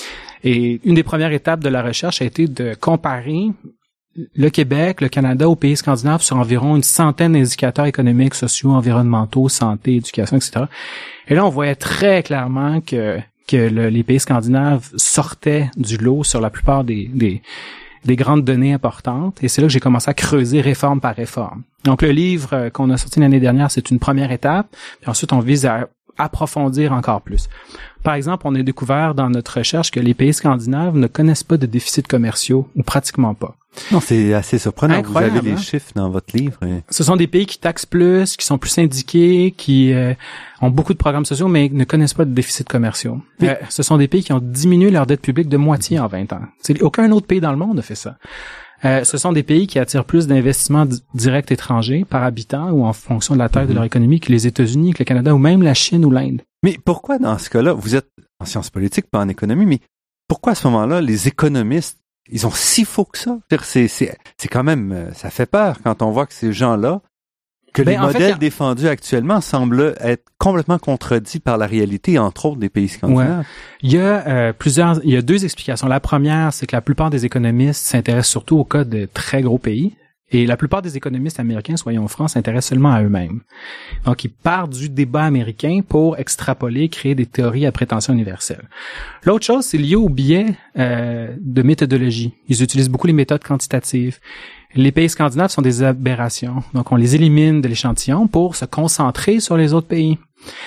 Et une des premières étapes de la recherche a été de comparer le Québec, le Canada aux pays scandinaves sur environ une centaine d'indicateurs économiques, sociaux, environnementaux, santé, éducation, et cetera. Et là, on voyait très clairement que que le, les pays scandinaves sortaient du lot sur la plupart des, des des grandes données importantes. Et c'est là que j'ai commencé à creuser réforme par réforme. Donc, le livre qu'on a sorti l'année dernière, c'est une première étape. Puis ensuite, on vise à approfondir encore plus. Par exemple, on a découvert dans notre recherche que les pays scandinaves ne connaissent pas de déficits commerciaux, ou pratiquement pas. Non, c'est assez surprenant. Incroyable, vous avez les hein? chiffres dans votre livre. Et... Ce sont des pays qui taxent plus, qui sont plus syndiqués, qui euh, ont beaucoup de programmes sociaux, mais ne connaissent pas de déficits commerciaux. Oui. Euh, ce sont des pays qui ont diminué leur dette publique de moitié en vingt ans. C'est, aucun autre pays dans le monde ne fait ça. Euh, ce sont des pays qui attirent plus d'investissements d- directs étrangers par habitant ou en fonction de la taille mm-hmm. de leur économie que les États-Unis, que le Canada ou même la Chine ou l'Inde. Mais pourquoi dans ce cas-là, vous êtes en sciences politiques, pas en économie, mais pourquoi à ce moment-là, les économistes, ils ont si faux que ça? C'est, c'est, c'est quand même, ça fait peur quand on voit que ces gens-là, que ben, les modèles fait, défendus actuellement semblent être complètement contredits par la réalité, entre autres des pays scandinaves. Ouais. Il y a euh, plusieurs, il y a deux explications. La première, c'est que la plupart des économistes s'intéressent surtout au cas de très gros pays. Et la plupart des économistes américains, soyons francs, s'intéressent seulement à eux-mêmes. Donc, ils partent du débat américain pour extrapoler, créer des théories à prétention universelle. L'autre chose, c'est lié au biais euh, de méthodologie. Ils utilisent beaucoup les méthodes quantitatives. Les pays scandinaves sont des aberrations. Donc, on les élimine de l'échantillon pour se concentrer sur les autres pays.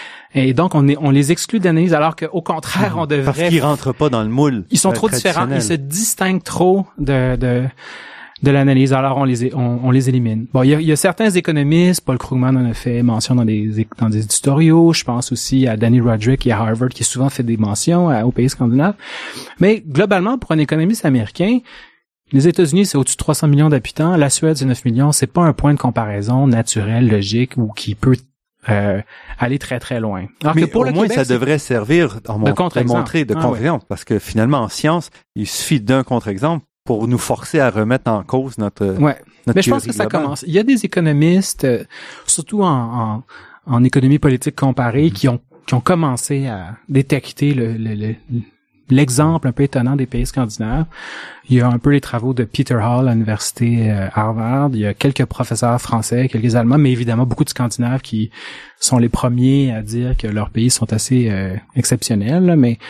Et donc, on, est, on les exclut d'analyse, alors qu'au contraire, on devrait... Parce qu'ils rentrent pas dans le moule. Ils sont trop différents. Ils se distinguent trop de... de de l'analyse, alors on les on, on les élimine. Bon, il y a, il y a certains économistes, Paul Krugman en a fait mention dans des dans des éditoriaux, je pense aussi à Danny Roderick et à Harvard qui a souvent fait des mentions à, aux pays scandinaves. Mais globalement, pour un économiste américain, les États-Unis, c'est au-dessus de trois cents millions d'habitants, la Suède, c'est neuf millions, c'est pas un point de comparaison naturel, logique ou qui peut euh, aller très très loin. Alors mais que pour au le moins, Québec, ça devrait servir en de, mon, de montrer de ah, contre-exemple, ouais. Parce que finalement, en science, il suffit d'un contre-exemple pour nous forcer à remettre en cause notre ouais. notre Mais je pense que ça globale. Commence. Il y a des économistes, euh, surtout en, en, en économie politique comparée, mm-hmm. qui ont qui ont commencé à détecter le, le, le, l'exemple un peu étonnant des pays scandinaves. Il y a un peu les travaux de Peter Hall à l'université euh, Harvard. Il y a quelques professeurs français, quelques Allemands, mais évidemment beaucoup de Scandinaves qui sont les premiers à dire que leurs pays sont assez euh, exceptionnels. Mais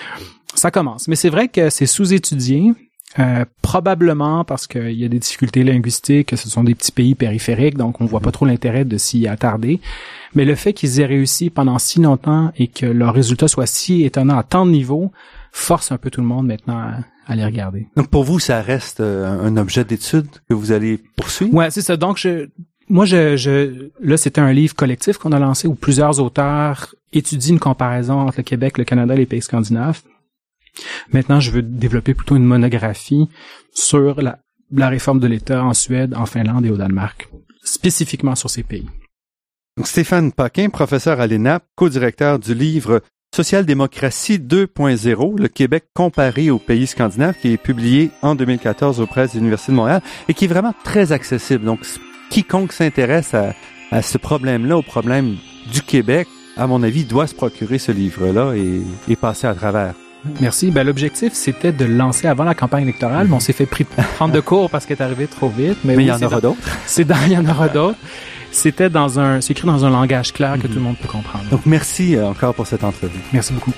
Ça commence. Mais c'est vrai que c'est sous-étudié, euh, probablement parce qu'il y a des difficultés linguistiques, que ce sont des petits pays périphériques, donc on voit pas trop l'intérêt de s'y attarder. Mais le fait qu'ils aient réussi pendant si longtemps et que leurs résultats soient si étonnants à tant de niveaux force un peu tout le monde maintenant à, à les regarder. Donc pour vous, ça reste euh, un objet d'étude que vous allez poursuivre? Ouais, c'est ça. Donc je Moi, je, je, là, c'était un livre collectif qu'on a lancé où plusieurs auteurs étudient une comparaison entre le Québec, le Canada et les pays scandinaves. Maintenant, je veux développer plutôt une monographie sur la, la réforme de l'État en Suède, en Finlande et au Danemark, spécifiquement sur ces pays. Donc, Stéphane Paquin, professeur à l'E N A P, co-directeur du livre Social-démocratie deux point zéro, le Québec comparé aux pays scandinaves, qui est publié en deux mille quatorze aux presses de l'Université de Montréal et qui est vraiment très accessible. Donc, quiconque s'intéresse à, à ce problème-là, au problème du Québec, à mon avis, doit se procurer ce livre-là et, et passer à travers. Merci. Ben, l'objectif, c'était de le lancer avant la campagne électorale, mais on s'est fait pris, prendre de court parce qu'il est arrivé trop vite. Mais, mais oui, il y en aura dans, d'autres. C'est dans, il y en aura d'autres. C'était dans un, c'est écrit dans un langage clair que mm-hmm. tout le monde peut comprendre. Donc, merci encore pour cette entrevue. Merci beaucoup.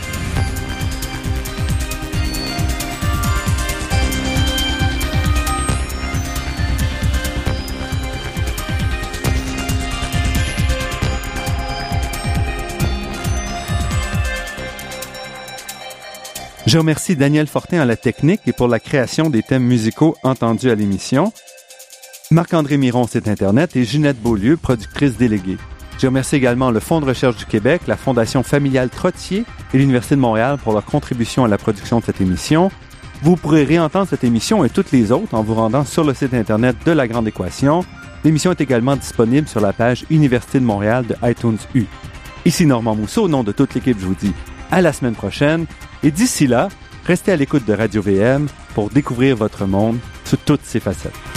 Je remercie Daniel Fortin à la technique et pour la création des thèmes musicaux entendus à l'émission. Marc-André Miron, site Internet, et Ginette Beaulieu, productrice déléguée. Je remercie également le Fonds de recherche du Québec, la Fondation familiale Trottier et l'Université de Montréal pour leur contribution à la production de cette émission. Vous pourrez réentendre cette émission et toutes les autres en vous rendant sur le site Internet de La Grande Équation. L'émission est également disponible sur la page Université de Montréal de iTunes U. Ici Normand Mousseau, au nom de toute l'équipe, je vous dis à la semaine prochaine. Et d'ici là, restez à l'écoute de Radio V M pour découvrir votre monde sous toutes ses facettes.